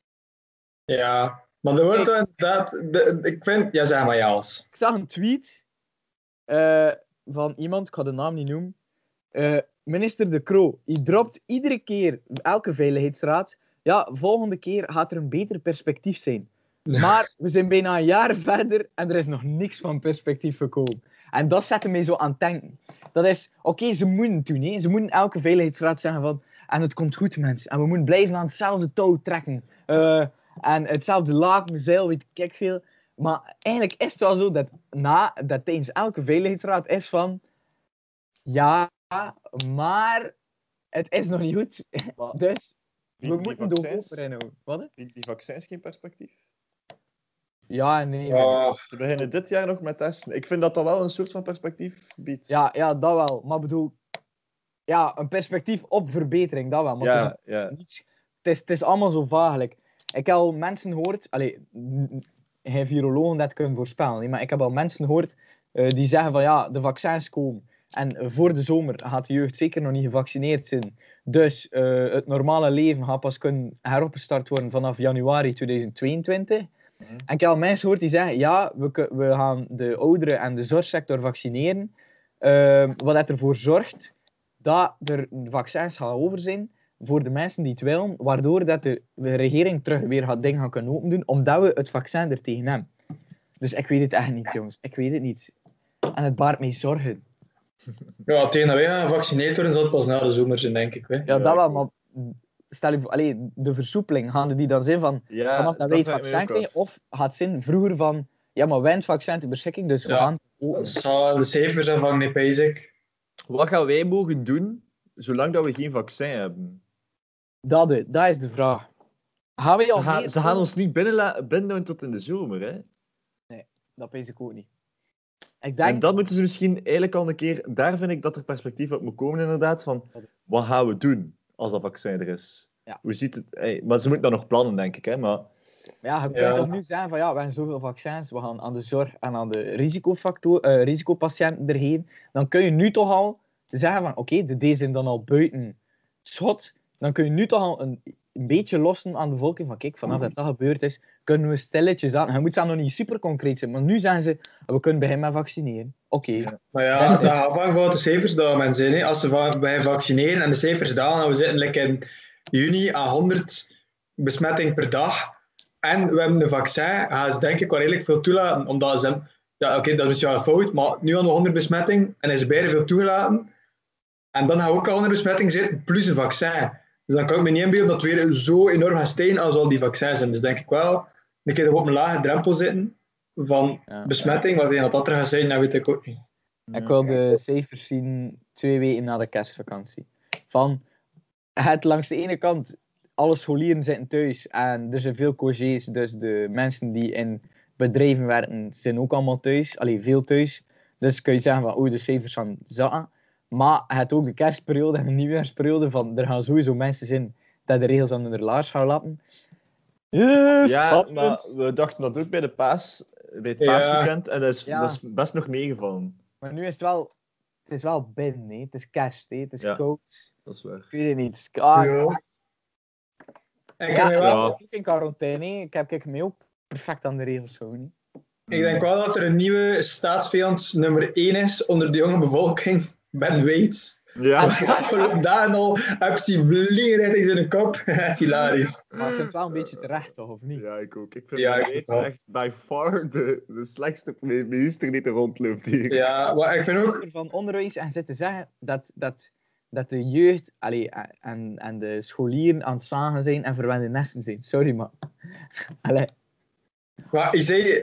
Ja, maar er wordt inderdaad... Ik vind... Ja, zeg maar, Charles. Ik zag een tweet van iemand, ik ga de naam niet noemen. Minister De Croo, die dropt iedere keer, elke veiligheidsraad, ja, volgende keer gaat er een beter perspectief zijn. Maar we zijn bijna een jaar verder en er is nog niks van perspectief gekomen. En dat zette mij zo aan het denken. Dat is, oké, ze moeten het doen. Hè. Ze moeten elke veiligheidsraad zeggen van, en het komt goed, mensen. En we moeten blijven aan hetzelfde touw trekken. En hetzelfde laken, zeil, weet ik veel. Maar eigenlijk is het wel zo dat tijdens elke veiligheidsraad is van... Ja, maar het is nog niet goed. Maar Dus we die moeten door vaccins- open inhouden. Wat? Hè? die vaccins geen perspectief? Ja en nee. Ze beginnen dit jaar nog met testen. Ik vind dat dat wel een soort van perspectief biedt. Ja, dat wel. Maar bedoel... Ja, een perspectief op verbetering, dat wel. Maar ja. het is allemaal zo vaaglijk. Ik heb al mensen gehoord... Geen virologen dat kunnen voorspellen. hè, Maar ik heb al mensen gehoord die zeggen van ja, de vaccins komen. En voor de zomer gaat de jeugd zeker nog niet gevaccineerd zijn. Dus het normale leven gaat pas kunnen heropgestart worden vanaf januari 2022. En ik heb al mensen gehoord die zeggen, ja, we gaan de ouderen en de zorgsector vaccineren. Wat ervoor zorgt dat er vaccins gaan over zijn voor de mensen die het willen, waardoor dat de regering terug weer gaat dingen gaan kunnen open doen, omdat we het vaccin er tegen hebben. Dus ik weet het echt niet, jongens. Ik weet het niet. En het baart mij zorgen. Ja, tegen dat wij gaan gevaccineerd worden, zal het pas na de zomer zijn, denk ik. Hè. Ja, dat wel, maar stel je voor, de versoepeling, gaan die dan zijn van Ja, vanaf dat wij het lijkt me vaccin ook wel. krijgen, of gaat het zijn vroeger van, Ja, maar wij hebben het vaccin ter beschikking, dus we Ja. gaan het openen. Dat zal de cijfers aanvangen, nee, basic. Wat gaan wij mogen doen, zolang dat we geen vaccin hebben? Dat is de vraag. Gaan we al Ze gaan ons niet binnenhouden tot in de zomer, hè? Dat weet ik ook niet. Ik En denk... dat moeten ze misschien eigenlijk al een keer... Daar vind ik dat er perspectief op moet komen, inderdaad, van wat gaan we doen als dat vaccin er is? Ja. Hoe ziet het... maar ze moeten dat nog plannen, denk ik, hè? Maar Ja, je kunt Ja. toch nu zeggen van ja, we hebben zoveel vaccins, we gaan aan de zorg en aan de risicopatiënten erheen. Dan kun je nu toch al zeggen van oké, de D's zijn dan al buiten schot. Dan kun je nu toch al een beetje lossen aan de bevolking van kijk, vanaf dat gebeurd is, kunnen we stilletjes aan. Je moet zelf nog niet super concreet zijn, maar nu zeggen ze, we kunnen beginnen met vaccineren. Oké. Maar ja, dat gaat afhangen van wat de cijfers daar mensen zijn. Hè. Als wij vaccineren en de cijfers dalen, en we zitten like in juni aan 100 besmettingen per dag, en we hebben een vaccin, gaan ze denk ik wel redelijk veel toelaten, omdat ze... Ja, oké, dat is misschien wel een fout, maar nu aan de 100 besmettingen en is er beide veel toegelaten. En dan gaan we ook al 100 besmettingen zitten, plus een vaccin. Dus dan kan ik me niet inbeelden dat we weer zo enorm gaan stijgen als al die vaccins zijn. Dus denk ik wel, een keer dat we op een lage drempel zitten van besmetting, wat dat er gaat zijn, dat weet ik ook niet. Ik wil de cijfers zien 2 weken na de kerstvakantie. Van, het langs de ene kant, alle scholieren zitten thuis en er zijn veel congés, dus de mensen die in bedrijven werken zijn ook allemaal thuis, veel thuis. Dus kun je zeggen van, oei, de cijfers gaan zakken. Maar je hebt ook de kerstperiode en de nieuwjaarsperiode van, er gaan sowieso mensen zijn die de regels aan hun laars gaan lappen. ja, Spannend. maar we dachten dat ook bij het Ja. paasweekend, en dat Ja. is best nog meegevallen. Maar nu is het is wel binnen, hè. Het is kerst, hè. Het is Ja. koud. Dat is waar. Ik weet het niet. Ja. En ik, Ja, heb me ik wel, zit ook in quarantaine, hè. Ik heb me ook perfect aan de regels gehouden. ik denk wel dat er een nieuwe staatsvijand nummer 1 is onder de jonge bevolking, Ben Waits. Ja. Wat ik de afgelopen dagen al heb zien vliegen richting zijn kop. Het is hilarisch. Maar ik vind het wel een beetje terecht, toch, of niet? Ja, ik ook. Ik vind Ja, ja, ik wel. echt by far de slechtste minister die er rondloopt hier. Ja, maar ik vind ook... Minister van Onderwijs en zitten zeggen dat de jeugd en de scholieren aan het zagen zijn en verwende nesten zijn. Sorry, maar... Allee. Maar ik zei...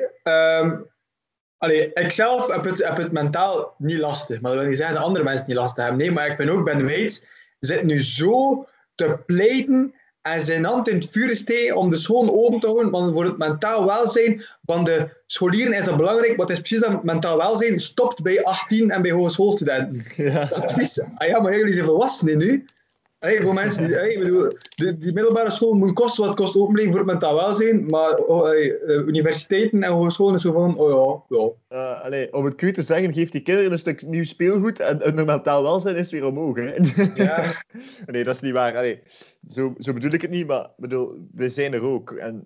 ik zelf heb het mentaal niet lastig. Maar dat wil niet zeggen dat andere mensen het niet lastig hebben. Nee, maar ik vind ook Ben Waits zit nu zo te pleiten en zijn hand in het vuur steken om de scholen open te houden, want voor het mentaal welzijn van de scholieren is dat belangrijk, want het is precies dat mentaal welzijn stopt bij 18 en bij hogeschoolstudenten. Ja. Dat is precies. Ah ja, maar jullie zijn volwassenen nu. Voor mensen die, ik bedoel, die middelbare school moet kosten wat het kost openblijven voor het mentaal welzijn, maar universiteiten en hogescholen is zo van, oh ja. Om het cru te zeggen, geeft die kinderen een stuk nieuw speelgoed en hun mentaal welzijn is weer omhoog. Hè? Ja. Nee, dat is niet waar. Zo bedoel ik het niet, maar bedoel, we zijn er ook. En,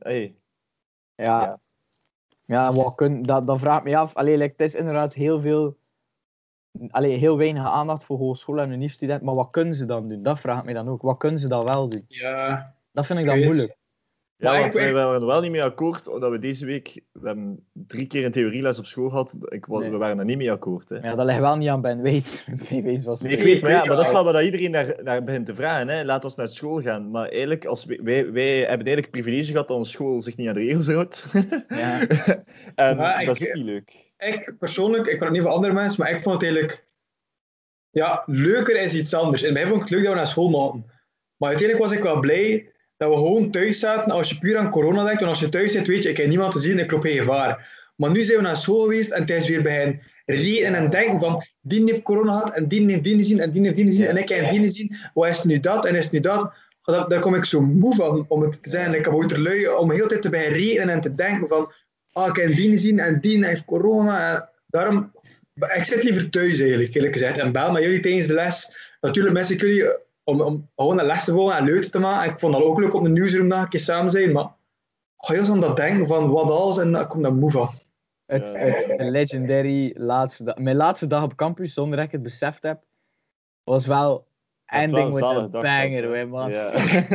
Ja. Ja, dat vraagt me af. Het is inderdaad heel veel... heel weinig aandacht voor hogeschool en universiteit, maar wat kunnen ze dan doen? Dat vraagt me dan ook. Wat kunnen ze dan wel doen? Ja. Dat vind ik dan Weet. moeilijk. Ja, Maar want ik- wij waren er wel niet mee akkoord, omdat we deze week... We hebben 3 keer een theorieles op school gehad. Nee. We waren er niet mee akkoord. Hè. Ja, dat ligt wel niet aan Ben Waits. Ben Waits was... Nee, ik Nee, weet, ik maar, ja, weet maar dat is wel. wel wat iedereen naar begint te vragen. Hè. Laat ons naar school gaan. Maar eigenlijk, wij hebben eigenlijk het privilege gehad dat onze school zich niet aan de regels houdt. Ja. En Maar dat is ook niet leuk. Ik persoonlijk, ik praat niet voor andere mensen, maar ik vond het eigenlijk... Ja, leuker is iets anders. In het begin vond ik het leuk dat we naar school mochten. Maar uiteindelijk was ik wel blij dat we gewoon thuis zaten als je puur aan corona denkt. Want als je thuis zit, weet je, ik heb niemand te zien en ik loop geen gevaar. Maar nu zijn we naar school geweest en het is weer bij rekenen en denken van die heeft corona gehad en die heeft die gezien en die heeft die gezien en ik heb die gezien. Wat is nu dat en is nu dat? Daar kom ik zo moe van om het te zeggen. Ik heb ook er lui om de hele tijd te bij rekenen en te denken van ik heb die gezien en die heeft corona. En daarom, ik zit liever thuis eigenlijk, eerlijk gezegd. En bel met jullie tijdens de les. Natuurlijk mis ik jullie om gewoon een les te volgen en leuk te maken. Ik vond dat ook leuk op de nieuwsroom dat een keer samen zijn, maar heel zo aan dat denken van wat alles en ik kom daar moe van. Het legendary laatste dag. Mijn laatste dag op campus, zonder dat ik het beseft heb, was wel ending with a banger, hè, man. Ja.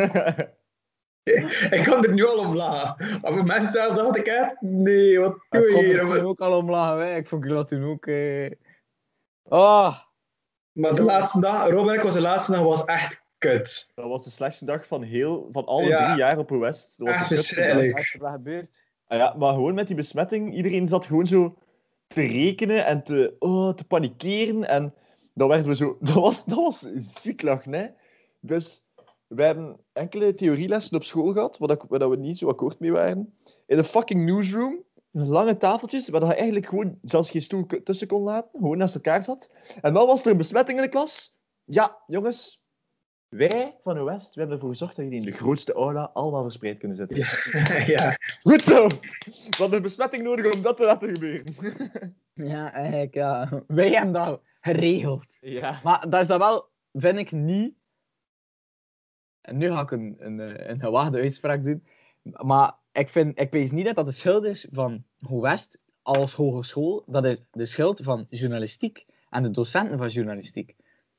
Ik kan er nu al om lachen. Op het moment zelf dacht ik, nee, wat doe je Ik hier? kon er ook al om lachen, hè. Ik vond dat toen ook... Oh, Maar de laatste dag, Rob en ik was de laatste dag was echt kut. Dat was de slechtste dag van alle Ja. 3 jaar op West. Dat was Echt de kutste dag. verschrikkelijk. wat is er gebeurd? Ja, maar gewoon met die besmetting, iedereen zat gewoon zo te rekenen en te panikeren. En dan werden we zo... Dat was ziek lachen, hè. Dus we hebben enkele theorielessen op school gehad, waar we niet zo akkoord mee waren. In de fucking newsroom, lange tafeltjes, waar je eigenlijk gewoon zelfs geen stoel tussen kon laten, gewoon naast elkaar zat. En dan was er een besmetting in de klas. Ja, jongens, wij van de West, we hebben ervoor gezorgd dat jullie in de grootste aula allemaal verspreid kunnen zitten. Ja. Goed zo! We hadden een besmetting nodig om dat te laten gebeuren. Ja, eigenlijk, ja. Wij hebben dat geregeld. Ja. Maar dat is dan wel, vind ik niet... En nu ga ik een gewaagde uitspraak doen. Maar ik weet niet dat dat de schuld is van West als hogeschool. Dat is de schuld van journalistiek en de docenten van journalistiek.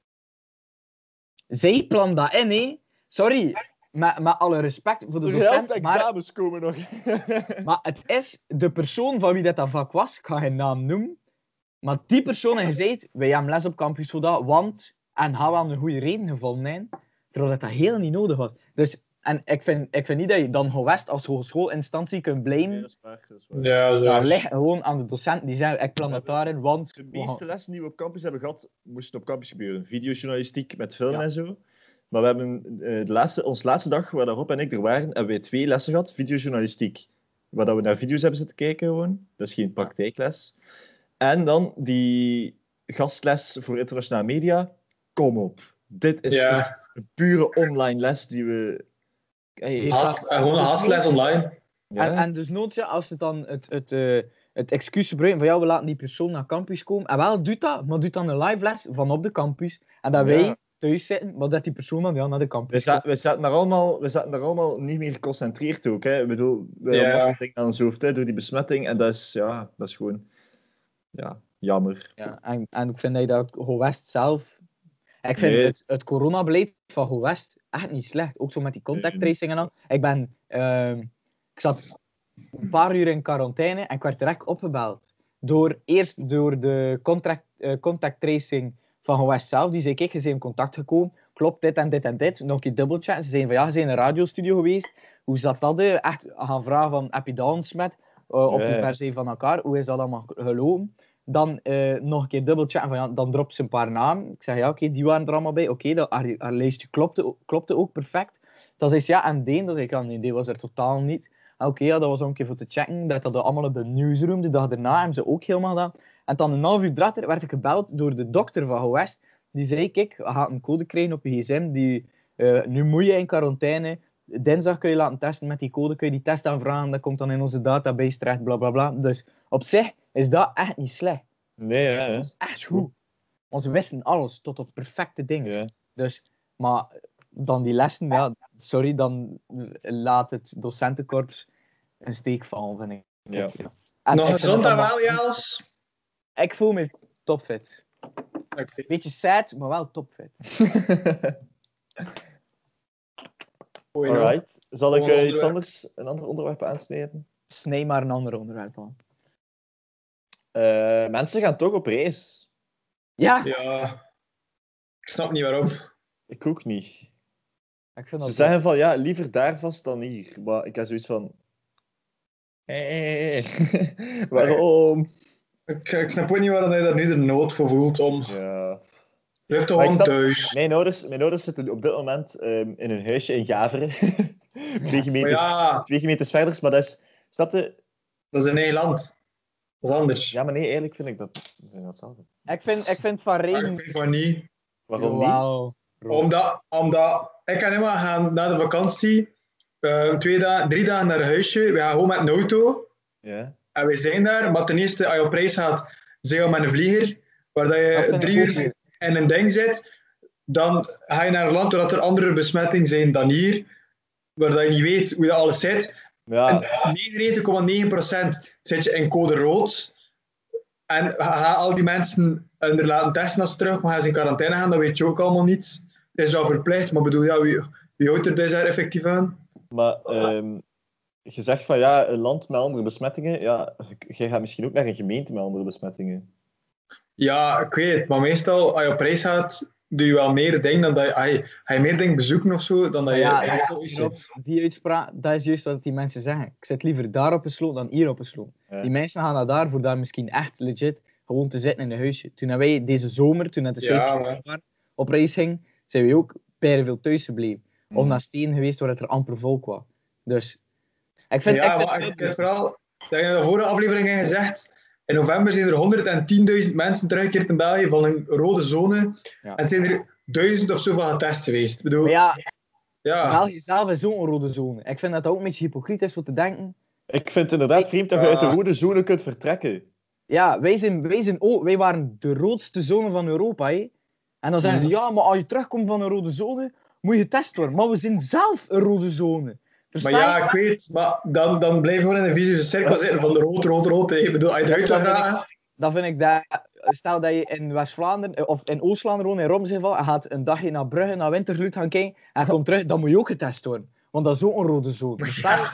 Zij plannen dat in, hè. Sorry, met alle respect voor de De juiste docent. Maar, examens komen nog. maar het is de persoon van wie dat vak was, ik ga geen naam noemen. Maar die persoon heeft gezegd, wij hebben les op campus voor dat, want... En gaan we aan een goede reden gevonden hebben, terwijl dat heel niet nodig was. Dus, en ik vind niet dat je dan Gewest als hogeschoolinstantie kunt blamen. Nee, dat is waar. Ja, zo Dat is. ligt gewoon aan de docenten die zeggen, ik plan dat daarin, want... De meeste lessen die we op campus hebben gehad, moesten op campus gebeuren. Videojournalistiek met film Ja. en zo. Maar we hebben ons laatste dag, waar Rob en ik er waren, hebben wij 2 lessen gehad. Videojournalistiek, waar dat we naar video's hebben zitten kijken gewoon. Dat is geen praktijkles. En dan die gastles voor internationale media. Kom op. Dit is Ja. een pure online les die we... Hey, Gewoon een gastles online. ja. En dus nooit, als ze dan het excuus gebruiken van ja, we laten die persoon naar campus komen. En wel, doet dat, maar doet dan een live les van op de campus. En dat Ja. wij thuis zitten, maar dat die persoon dan naar de campus komt. We zaten daar allemaal niet meer geconcentreerd ook. Hè. Ik bedoel, we Ja. hadden dingen aan ons hoofd hè, door die besmetting. En dat is gewoon jammer. Ja, en ik vind dat Gewest zelf... Ik vind Nee. het coronabeleid van Gewest echt niet slecht. Ook zo met die contact Nee, tracing en al. Ik zat een paar uur in quarantaine en ik werd direct opgebeld. Eerst door de contact tracing van Gewest zelf. Die zei, kijk, je bent in contact gekomen. Klopt, dit en dit en dit. Nog een keer dubbelchecken. Ze zeiden van, ja, je bent in een radiostudio geweest. Hoe zat dat? Echt gaan vragen van, heb je dat ontsmet? Op Ja. hoe ver zijn van elkaar? Hoe is dat allemaal gelopen? Dan nog een keer dubbelchecken van, ja, dan dropt ze een paar namen. Ik zeg, ja, oké, die waren er allemaal bij. Oké, haar lijstje klopte ook perfect. Dan zei ze, ja, en Deen? Dan zei ik, ja, nee, die was er totaal niet. Oké, ja, dat was ook een keer voor te checken. Dat allemaal op de newsroom. De dag daarna hebben ze ook helemaal gedaan. En dan een half uur later werd ik gebeld door de dokter van Gewest. Die zei, kijk, je gaat een code krijgen op je gsm. Nu moet je in quarantaine. Dinsdag kun je laten testen met die code. Kun je die test aanvragen. Dat komt dan in onze database terecht, bla bla bla. Dus op zich is dat echt niet slecht. Nee, hè. Dat is echt goed. Want ze wisten alles tot op perfecte dingen. Ja. Dus, maar dan die lessen, ja, sorry, dan laat het docentenkorps een steek vallen, vind ik. Ja. En Nog ik vind gezond dat en allemaal- wel, Jels? Ik voel me topfit. Oké. Beetje sad, maar wel topfit. Goeie naam. Alright. Zal ik Volgende iets onderwerp. anders, een ander onderwerp aansnijden? Snij maar een ander onderwerp aan. Mensen gaan toch op reis. Ja, Ja. Ik snap niet waarom. Ik ook niet. ik vind Ze dat zeggen van, ja, liever daar vast dan hier. Maar ik heb zoiets van... Waarom? Ik snap ook niet waarom hij daar nu de nood voor voelt om... Ja. Blijf toch Maar ik gewoon snap- thuis. Mijn ouders zitten op dit moment in een huisje in Gaveren. 2 Maar ja, gemeentes verder, maar dat is... Snap je? dat is een eigen land. Dat is anders. Ja, maar nee, eigenlijk vind ik dat hetzelfde. Ik vind van Maar reizen... ik vind van niet. Waarom niet? Wauw. Omdat ik kan helemaal gaan na de vakantie 3 dagen naar een huisje. We gaan gewoon met een auto. Ja. En we zijn daar. Maar ten eerste, als je op reis gaat, zijn we met een vlieger. Waar dat Dat je vind ik 3 ook uur weer. in een ding zit. Dan ga je naar een land waar er andere besmettingen zijn dan hier. Waar dat je niet weet hoe dat alles zit. Ja, En 99,9% zit je in code rood. En ga al die mensen er laten testen als ze terug, maar gaan ze in quarantaine gaan, dat weet je ook allemaal niet. Het is wel verplicht, maar bedoel, ja, wie houdt er dus daar effectief aan? maar je zegt van ja, een land met andere besmettingen. Ja, jij gaat misschien ook naar een gemeente met andere besmettingen. Ja, ik weet het, maar meestal als je op reis gaat, doe je wel meer dingen dan dat je... Ga je meer dingen bezoeken of zo, dan dat je Ja, eigenlijk thuis Rob, zit. die uitspraak, dat is juist wat die mensen zeggen. Ik zit liever daar op een sloot dan hier op een sloot. Ja. Die mensen gaan naar daar voor daar misschien echt legit gewoon te zitten in een huisje. Toen wij deze zomer, toen het de Ja, cijfers maar- waren, op reis ging, zijn we ook bij veel thuis gebleven. Of Mm. naar Steen geweest waar het er amper volk was. Dus, ik vind... Ja, ik vind maar het ik heb vooral... Dat je in de vorige aflevering hebt gezegd... In november zijn er 110.000 mensen teruggekeerd in België van een rode zone. Ja. En zijn er 1000 of zo van getest geweest. Ik bedoel, Maar ja, ja. België zelf is zo'n rode zone. Ik vind dat dat ook een beetje hypocriet is voor te denken. Ik vind het inderdaad vreemd dat je uit de Ja. rode zone kunt vertrekken. Ja, wij waren de roodste zone van Europa. Hè? En dan zeggen ze, ja, maar als je terugkomt van een rode zone, moet je getest worden. Maar we zijn zelf een rode zone. Versta Maar je? ja, ik weet, maar dan blijf je gewoon in een vicieuze cirkel zitten van de rood, rood, rood. Hè. Ik bedoel, als je eruit wil gaan... Dan vind ik dat, stel dat je in West-Vlaanderen of in Oost-Vlaanderen woont, in Romsgeval, en gaat een dagje naar Brugge, naar Winterluut gaan kijken, en komt terug, dan moet je ook getest worden. Want dat is ook een rode zone. Versta je?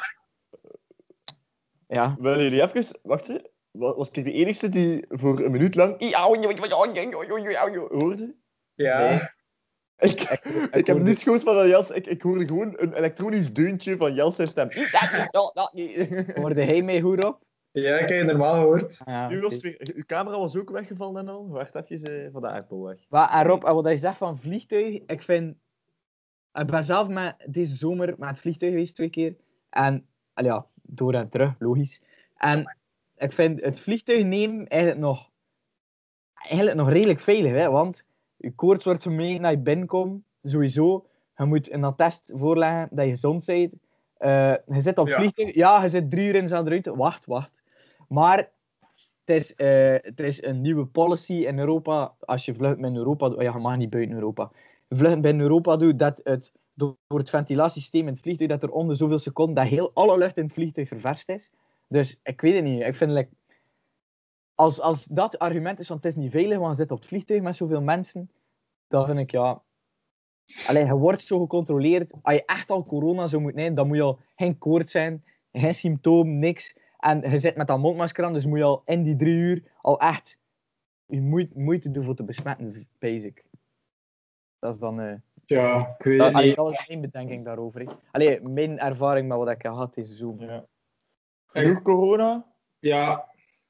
Ja. Willen jullie even... Wacht eens. Was ik de enige die voor een minuut lang... hoorde? Ja. Nee. Ik heb niets gehoord van Jels. Ik hoorde gewoon een elektronisch deuntje van Jels zijn stem. Hoorde hij mij goed op? Ja, ik heb je normaal gehoord. Ja, Nu was oké. het weer... Uw camera was ook weggevallen en al. Wacht even van de aardbol weg. Maar, en Rob, en wat je zegt van vliegtuig, ik vind... Ik ben zelf deze zomer met het vliegtuig geweest 2 keer. En, ja, door en terug, logisch. En ik vind het vliegtuig nemen eigenlijk nog redelijk veilig, hè. Want je koorts wordt vermeden naar je binnenkomt, sowieso. Je moet een attest voorleggen dat je gezond bent. Je zit op het Ja. vliegtuig, ja, je zit 3 uur in dezelfde ruimte. Wacht. Maar het is een nieuwe policy in Europa. Als je vlucht binnen Europa doet, ja, je mag niet buiten Europa. Vluchten binnen Europa doet, dat het door het ventilatiesysteem in het vliegtuig, dat er onder zoveel seconden, dat heel alle lucht in het vliegtuig ververst is. Dus ik weet het niet. Ik vind, als dat argument is van het is niet veilig, want je zit op het vliegtuig met zoveel mensen, dan vind ik, ja... Allee, je wordt zo gecontroleerd. Als je echt al corona zou moeten nemen, dan moet je al geen koorts zijn, geen symptomen, niks. En je zit met dat mondmasker aan, dus moet je al in die 3 uur al echt je moeite doen voor te besmetten, basic. Dat is dan... Ja, ik weet het Allee, niet. dat was mijn bedenking daarover. Hè. Allee, mijn ervaring met wat ik had deze zomer. Ja. Genoeg corona. Ja,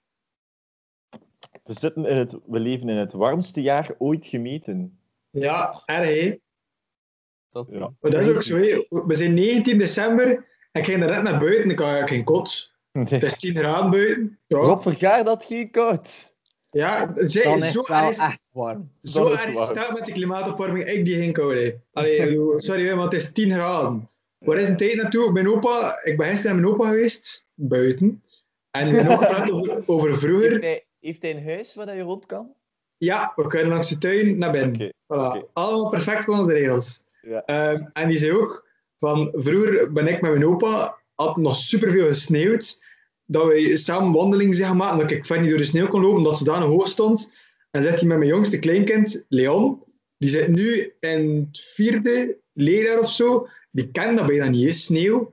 We leven in het warmste jaar ooit gemeten. ja, erg hè. Dat, Ja. Maar dat is ook zo, hè. We zijn 19 december en ik ging er net naar buiten. Ik had geen kot. Het is 10 graden buiten. Ja, Rob, vergaar dat geen koud. ja dan zo is het wel erg echt warm. zo dat is erg waar. staat met de klimaatopwarming. Ik die geen kou heb. Allee, ik bedoel, sorry, hè, maar het is 10 graden. Waar is een tijd naartoe? Ik ben gisteren naar mijn opa geweest, buiten. En mijn opa praat over vroeger. Heeft hij een huis waar je rond kan? Ja, we kunnen langs de tuin naar binnen. Oké, Voilà. oké. Allemaal perfect volgens de regels. Ja. En die zei ook, van vroeger ben ik met mijn opa, had nog superveel gesneeuwd, dat we samen wandeling zeg maar, en dat ik ver niet door de sneeuw kon lopen, omdat ze daar hoog stond. En zegt hij met mijn jongste kleinkind, Leon, die zit nu in het 4e leerjaar of zo, die kent dat bijna niet eens, sneeuw.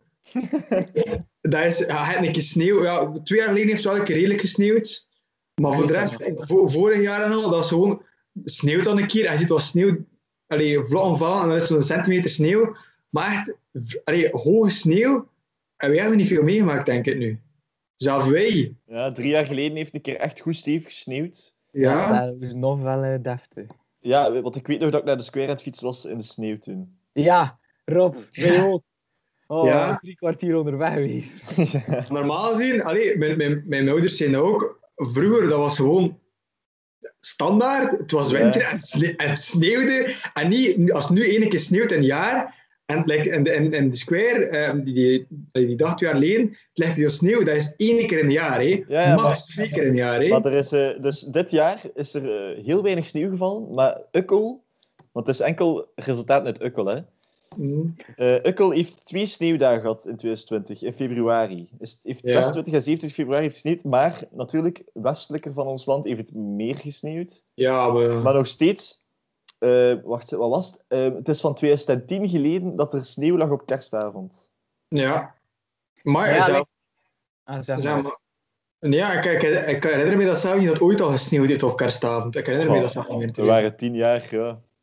Dat is, hij had een keer sneeuw, ja, 2 jaar geleden heeft het wel een keer redelijk gesneeuwd, maar voor de rest, vorig jaar en al, dat was gewoon, sneeuwt dan een keer, hij ziet wat sneeuw, vlot vallen en dan is het zo'n centimeter sneeuw, maar echt, hoge sneeuw, en we hebben niet veel meegemaakt, denk ik nu. Zelfs wij. Ja, 3 jaar geleden heeft een keer echt goed stevig gesneeuwd. Ja. Dat is nog wel deftig. Ja, want ik weet nog dat ik naar de square aan het fietsen was in de sneeuw toen. Ja, Rob, wij ook. Oh, Ja. 3 kwartier onderweg geweest. Normaal gezien, mijn ouders zijn dat ook. Vroeger, dat was gewoon standaard. Het was winter en het sneeuwde. En niet, als het nu 1 keer sneeuwt in een jaar, en in de square, die dag 2 jaar geleden, het ligt hier sneeuw, dat is 1 keer in een jaar. Hè. Ja, Max 2 keer in een jaar. Hè. Maar er is, dus dit jaar is er heel weinig sneeuw gevallen, maar Ukkel, want het is enkel resultaat uit Ukkel, hè. Mm. Ukkel heeft 2 sneeuwdagen gehad in 2020, in februari. Het heeft Ja. 26 en 27 februari heeft gesneeuwd, maar natuurlijk, westelijker van ons land heeft het meer gesneeuwd. Ja, Maar nog steeds, wacht, wat was het? Het is van 2010 geleden dat er sneeuw lag op kerstavond. ja. Maar, Ja, zelf, zeg zeg maar. maar. Ja, ik herinner me dat zelf niet dat ooit al gesneeuwd heeft op kerstavond. Ik herinner me dat zelf niet meer. We waren 10 jaar, ja.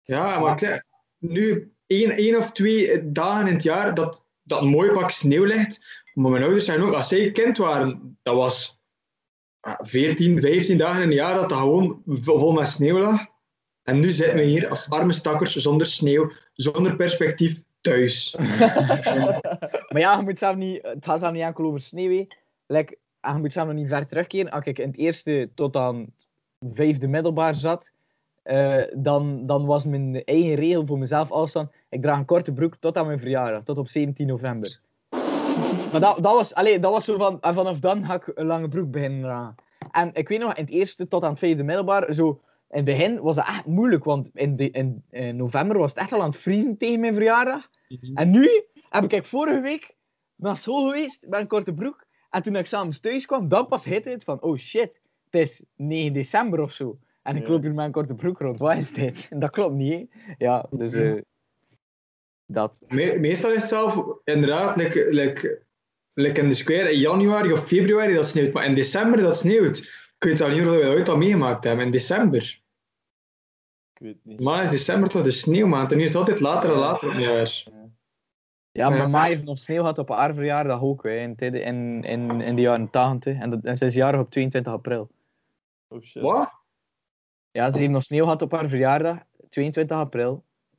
Ja, maar ik zeg, nu één of 2 dagen in het jaar dat een mooi pak sneeuw ligt. Maar mijn ouders zijn ook, als zij kind waren, dat was 14, 15 dagen in een jaar dat gewoon vol met sneeuw lag. En nu zitten we hier als arme stakkers zonder sneeuw, zonder perspectief thuis. Maar ja, je moet zelf niet, het gaat zelf niet enkel over sneeuw. Hè. Like, en je moet zelf nog niet ver terugkeren. Als ik in het eerste tot aan het 5e middelbaar zat, dan was mijn eigen regel voor mezelf afstaan. Ik draag een korte broek tot aan mijn verjaardag, tot op 17 november. Maar dat was zo van, en vanaf dan ga ik een lange broek beginnen dragen. En ik weet nog, in het eerste tot aan het 5e middelbaar, zo, in het begin was dat echt moeilijk, want in november was het echt al aan het vriezen tegen mijn verjaardag. En nu heb ik vorige week naar school geweest met een korte broek. En toen ik s'avonds thuis kwam, dan pas hitte het van, oh shit, het is 9 december of zo. En ik loop hier met een korte broek rond, wat is dit? En dat klopt niet, hè? Ja, dus dat. Meestal is het zelf inderdaad, like in de square in januari of februari dat sneeuwt, maar in december dat sneeuwt. Ik weet al niet of we dat ooit al meegemaakt hebben, in december. Ik weet niet. Maar is december toch de sneeuwmaand en nu is het altijd later en later op het jaar. Ja, maar mij heeft nog sneeuw gehad op haar verjaardag ook, hè, in de jaren 80. En ze is jarig op 22 april. Oh shit. Wat? Ja, ze heeft nog sneeuw gehad op haar verjaardag, 22 april.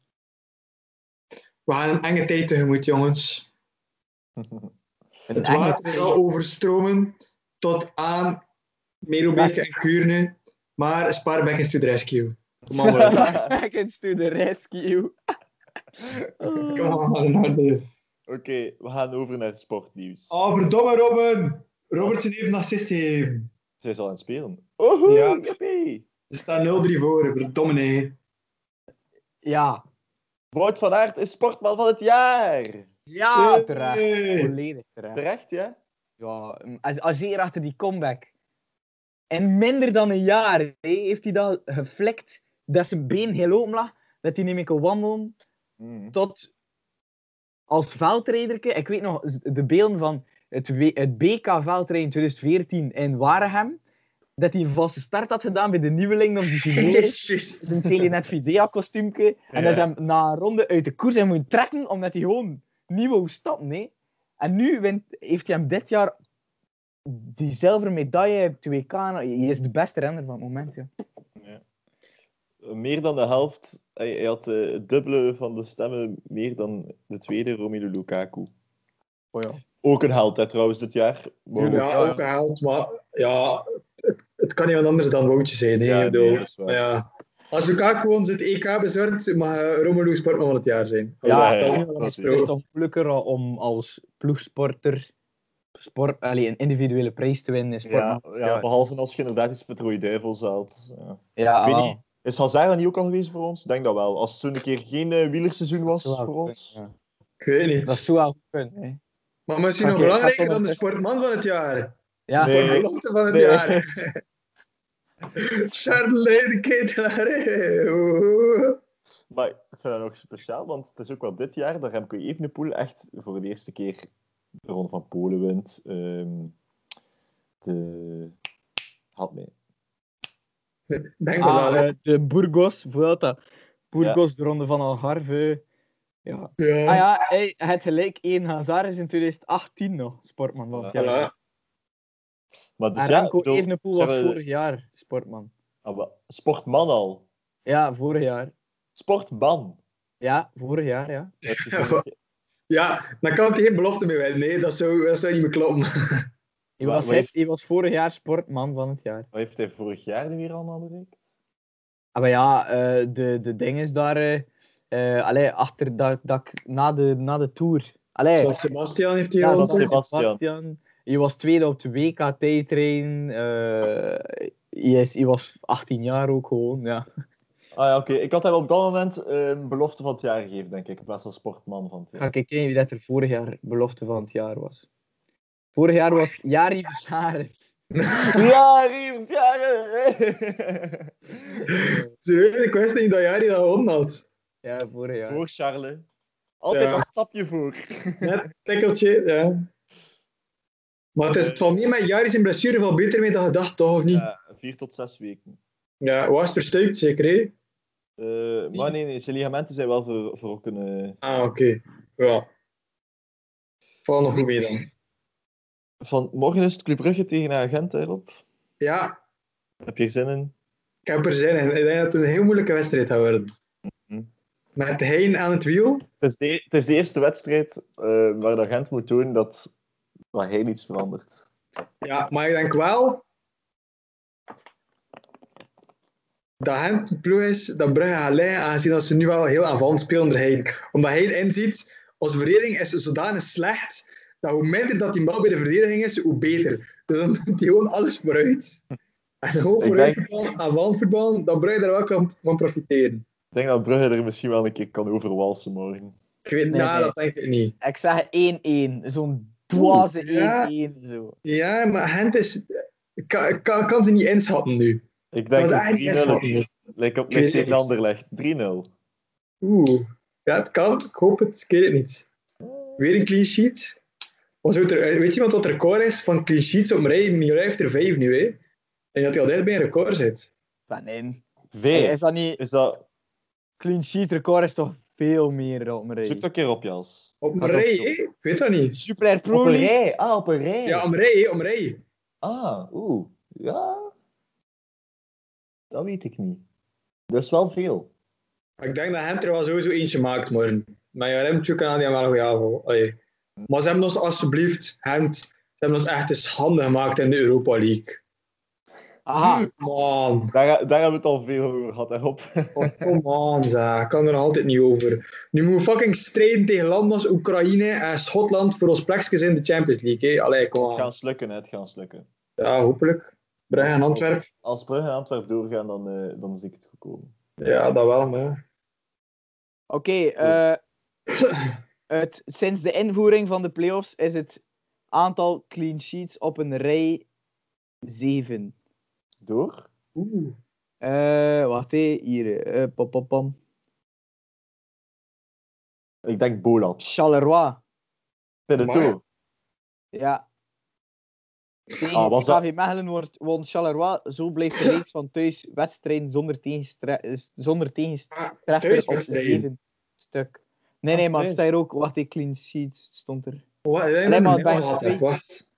We gaan een enge tijd tegemoet, jongens. Het enge water zal overstromen tot aan Merelbeke en Kuurne, maar Spaarbeek is to the rescue. Kom on, Back to the rescue. Kom on, harde. Oké, we gaan over naar het sportnieuws. Oh, verdomme Robin! Robertson heeft een assist gegeven. Zij is al aan het spelen. Oh, Ja. yippie. Ze staan 0-3 voor, verdomme nee. Ja. Wout van Aert is sportman van het jaar. Ja, terecht. Hey. Volledig terecht. Terecht, ja? Ja, als zeer achter die comeback. In minder dan een jaar heeft hij dat geflikt, dat zijn been heel open lag, dat hij niet meer kon wandelen, tot als veldrijderke. Ik weet nog, de beelden van het BK veldrijden in 2014 in Waregem, dat hij een valse start had gedaan bij de nieuweling om die finale. Jezus. Zijn Telenet Videa-kostuumke. En dat is hem na een ronde uit de koers en moet trekken, omdat hij gewoon niet wou stappen. Hè. En nu heeft hij hem dit jaar die zilveren medaille op 2K. Hij is de beste renner van het moment. Ja. Ja. Meer dan de helft. Hij had het dubbele van de stemmen meer dan de tweede, Romelu Lukaku. Oh ja. Ook een held, hè, trouwens, dit jaar. Maar Ja, ook gehaald, maar ja, het kan niet wat anders dan Woutje zijn. Hè? Ja, Ik bedoel, nee, dat is waar. ja. Als Lukaku gewoon het EK bezorgt, mag Romelu sportman van het jaar zijn. Ja, dat is ja, niet wat dat anders, is- Het is toch? toch moeilijker om als ploegsporter een individuele prijs te winnen. Ja, behalve als je inderdaad iets met Rode Duivels haalt. Ja. Ja, Ik weet wel. niet, is Hazard dan niet ook al geweest voor ons? Ik denk dat wel. Als het zo'n keer geen wielerseizoen was Dat zou wel voor ons. kunnen, Ik weet niet. Dat zou wel goed kunnen. Hè. Maar misschien nog Oké, belangrijker gaat dan de ondertussen- sportman van het jaar. Ja, Nee. Sportbelofte van het Nee. jaar. Charles Ketelaar. Oeh. Maar ik vind dat nog speciaal, want het is ook wel dit jaar dat Remco Evenepoel echt voor de eerste keer de Ronde van Polen wint. Had mee. Denk maar zo. de Burgos, Vuelta. Burgos, de ronde van Algarve. Ja. Ja. Ah ja, hij had gelijk. Eden Hazard is in 2018 nog sportman van het Ja. jaar. Voilà. Maar dus En ja, Remco bedoel, Evenepoel was zeggen we- vorig jaar sportman. Ah, maar sportman al. Ja, vorig jaar. Sportman. Ja, vorig jaar, ja. Dat is dus een- Ja, dan kan het geen belofte meer winnen. Nee, dat zou niet meer kloppen. Hij Maar was, wat heeft- hij was vorig jaar sportman van het jaar. Wat heeft hij vorig jaar nu weer allemaal bereikt? Maar ja, de ding is daar... achter na de Tour. Allee, Zoals Sebastian heeft hij ja, al. dat is Sebastian. Sebastian. Je was tweede op de WK-tijdtrain. Je was 18 jaar ook gewoon, ja. Ah ja, oké. Ik had hem op dat moment belofte van het jaar gegeven, denk ik. In plaats van sportman van het Ga jaar. ik kijken wie dat er vorig jaar belofte van het jaar was. Vorig jaar was het Jari Versaren. Ja, Riemens, ja! Ik wist niet dat Jari dat gewonnen had. Ja, vorig jaar. Voor Charles. Altijd Ja. een stapje voor. Net een tikkeltje, ja. Maar het valt niet met Jari zijn blessure wel beter mee dan gedacht, toch? Of niet? Ja, 4 tot 6 weken. Ja, was verstuikt zeker, hè? Maar nee, zijn ligamenten zijn wel verrokken. Oké. Ja. Val nog goed mee dan. Van morgen is het Club Brugge tegen Agent daarop. Ja, Heb je er zin in? ik heb er zin in. Ik denk dat het een heel moeilijke wedstrijd gaat worden. Mhm. Met Hein aan het wiel. Het is de eerste wedstrijd waar de Agent moet doen dat hij niets verandert. Ja, maar ik denk wel dat Hein de ploeg is dat Brugge gaat leiden, aangezien dat ze nu wel heel aanvallend spelen onder Hein. Omdat Hein inziet, onze verdediging is zodanig slecht, dat hoe minder dat die bal bij de verdediging is, hoe beter. Dus dan doet hij gewoon alles vooruit. En gewoon vooruit voetballen, aanvallend voetballen, dat Brugge daar wel kan van profiteren. Ik denk dat Brugge er misschien wel een keer kan overwalsen morgen. Ik weet, Nee. dat denk ik niet. Ik zeg 1-1. Zo'n dwaze 1-1. Ja. Zo. Ja, maar Gent is... kan ze niet inschatten nu. Ik Kan denk ze dat eigenlijk niet 3-0 inschatten nu. lijkt op Ik weet niks tegen het. Anderlecht. 3-0. Oeh. Ja, het kan. Ik hoop het. Ik weet het niet. Weer een clean sheet. Weet je iemand wat het record is van clean sheets op een rij? Mignolet heeft er 5 nu, hè. En dat hij al dicht bij een record zit. Van in. 5. Is dat niet... Is dat... Clean sheet record is toch veel meer op mijn Zoek rij. dat een keer op, Jans. Op een Dat is rij, ook hè? Ik weet dat niet. Super Pro Op een League. rij. Ah, op een rij. Ja, om rij, hè? Om rij. Oeh. Ja. Dat weet ik niet. Dat is wel veel. Ik denk dat Gent er wel sowieso eentje maakt morgen. Maar ja, Remtje kan die wel nog ja. Maar ze hebben ons alsjeblieft, Gent, ze hebben ons echt een schande gemaakt in de Europa League. Aha. Man. Daar hebben we het al veel over gehad, daarop. Oh, come on, zeg. Ik kan er nog altijd niet over. Nu moeten we fucking strijden tegen landen als Oekraïne en Schotland voor ons plekjes in de Champions League. Hè? Allee, kom Het aan. gaat slukken, hè. Het gaat slukken. Ja, hopelijk. Brugge en Antwerpen. Als Brugge en Antwerpen doorgaan, dan zie ik het gekomen. Ja, dat wel, maar... Oké, sinds de invoering van de playoffs is het aantal clean sheets op een rij 7. Door? Oeh. Wacht hé, hier. Pam. Ik denk Bolat. Charleroi. Pinto. Ja. Tegen was dat- KV Mechelen won Charleroi. Zo blijft de reeks van thuiswedstrijden zonder tegentreffer op Thuiswedstrijden. 7 stuk. Nee, maar het thuis. staat hier ook. Wacht, clean sheets stond er. Wat? Alleen maar bij twee. Wacht.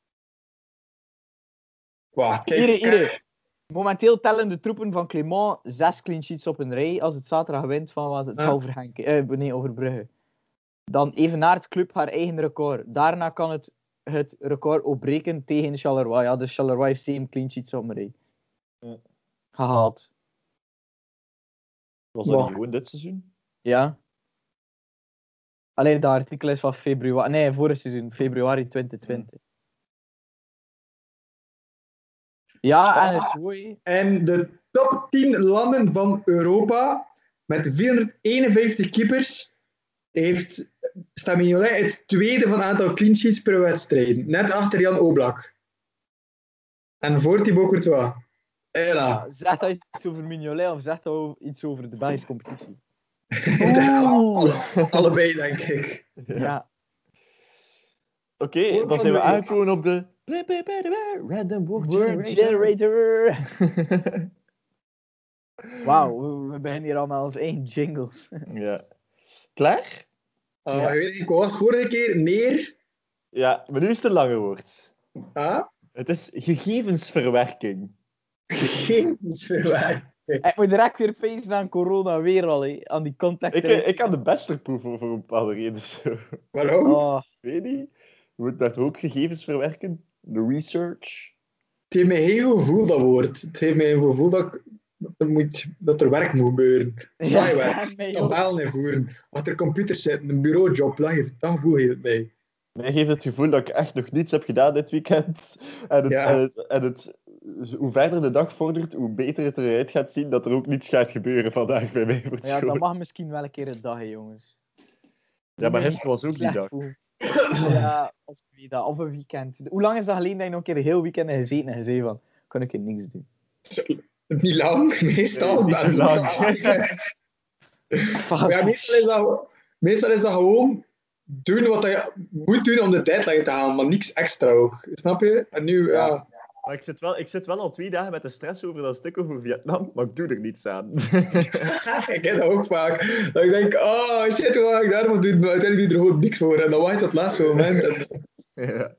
Wacht, kijk. Hier. Momenteel tellen de troepen van Clément 6 clean sheets op een rij. Als het zaterdag wint van was het over Genk. Over Brugge. Dan evenaart club haar eigen record. Daarna kan het record opbreken tegen Charleroi. Ja, dus Charleroi heeft 7 clean sheets op een rij. Ja. Gehaald. Was dat Wow. niet gewoon dit seizoen? Ja. Alleen dat artikel is van februari. Nee, vorig seizoen. Februari 2020. Ja, en is mooi. En de top 10 landen van Europa met 451 keepers heeft Mignolet het tweede van aantal clean sheets per wedstrijd. Net achter Jan Oblak. En voor Thibaut Courtois. Hela. Zegt dat iets over Mignolet of zegt dat iets over de Belgische competitie? Allebei, denk ik. Ja. Oké, dan zijn we aangekomen op de... Random Word Word Generator. Generator. Wauw, we beginnen hier allemaal als één jingles. Ja. Klaar? Ik weet niet, ik was vorige keer neer. Ja, maar nu is het een langer woord. Ah? Het is gegevensverwerking. Gegevensverwerking. Ik moet direct weer pezen aan corona weer al, hè. Aan die contact. Ik kan de beste proeven voor een bepaalde reden. Zo. Waarom? Oh, Ik weet niet. Je moet daar toch ook gegevens verwerken? De research? Het heeft mij heel veel gevoel, dat woord. Het heeft mij een gevoel dat er werk moet gebeuren. Saai ja, werk. mij ook. Tabellen invoeren. Achter computers zitten. Een bureaujob. Dat gevoel heeft het mij. Mij geeft het gevoel dat ik echt nog niets heb gedaan dit weekend. En hoe verder de dag vordert, hoe beter het eruit gaat zien dat er ook niets gaat gebeuren vandaag bij mij voor Ja, school. dat mag misschien wel een keer een dag, hè, jongens. Ja, maar gisteren was ook die Slecht dag. voelen. Ja, of twee dagen, of een weekend. Hoe lang is dat geleden dat je nog een keer een heel weekend hebt gezeten en gezegd van, kan ik niks doen? Niet lang, meestal. Nee, niet zo lang. Maar ja, meestal is dat gewoon doen wat je moet doen om de deadline te halen, maar niks extra ook. Snap je? En nu, ja. Maar ik zit wel al 2 dagen met de stress over dat stuk over Vietnam, maar ik doe er niets aan. Ik heb dat ook vaak. Dat ik denk, oh shit, wat ga ik daarvoor doen? Maar uiteindelijk doe je er gewoon niks voor. En dan wacht je tot het laatste moment. En... Ja.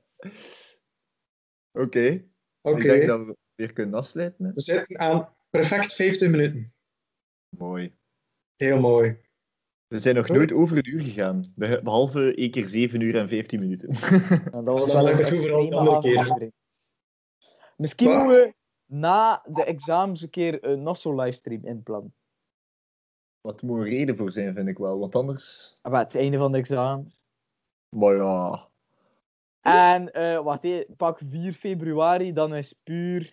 Oké. Oké. Ik denk dat we weer kunnen afsluiten. Hè? We zitten aan perfect 50 minuten. Mooi. Heel mooi. We zijn nog nooit over 1 uur gegaan. Behalve 1 keer 7 uur en 15 minuten. En dat was Dan wel mag een ik het overal de extreme andere keer. aflevering. Misschien Wat? moeten we na de examens een keer een nog zo'n livestream inplannen. Wat moet een reden voor zijn, vind ik wel. Want anders... Maar het is het einde van de examens. Maar ja... En wacht even, pak 4 februari, dan is puur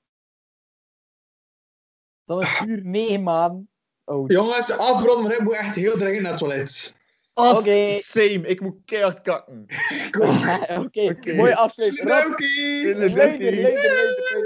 9 maanden oud. Jongens, afronden, maar ik moet echt heel dringend naar het toilet. Oké. Same, ik moet keihard kakken. Kom. Oké, mooi afsluiten. Rob, Oké. luider.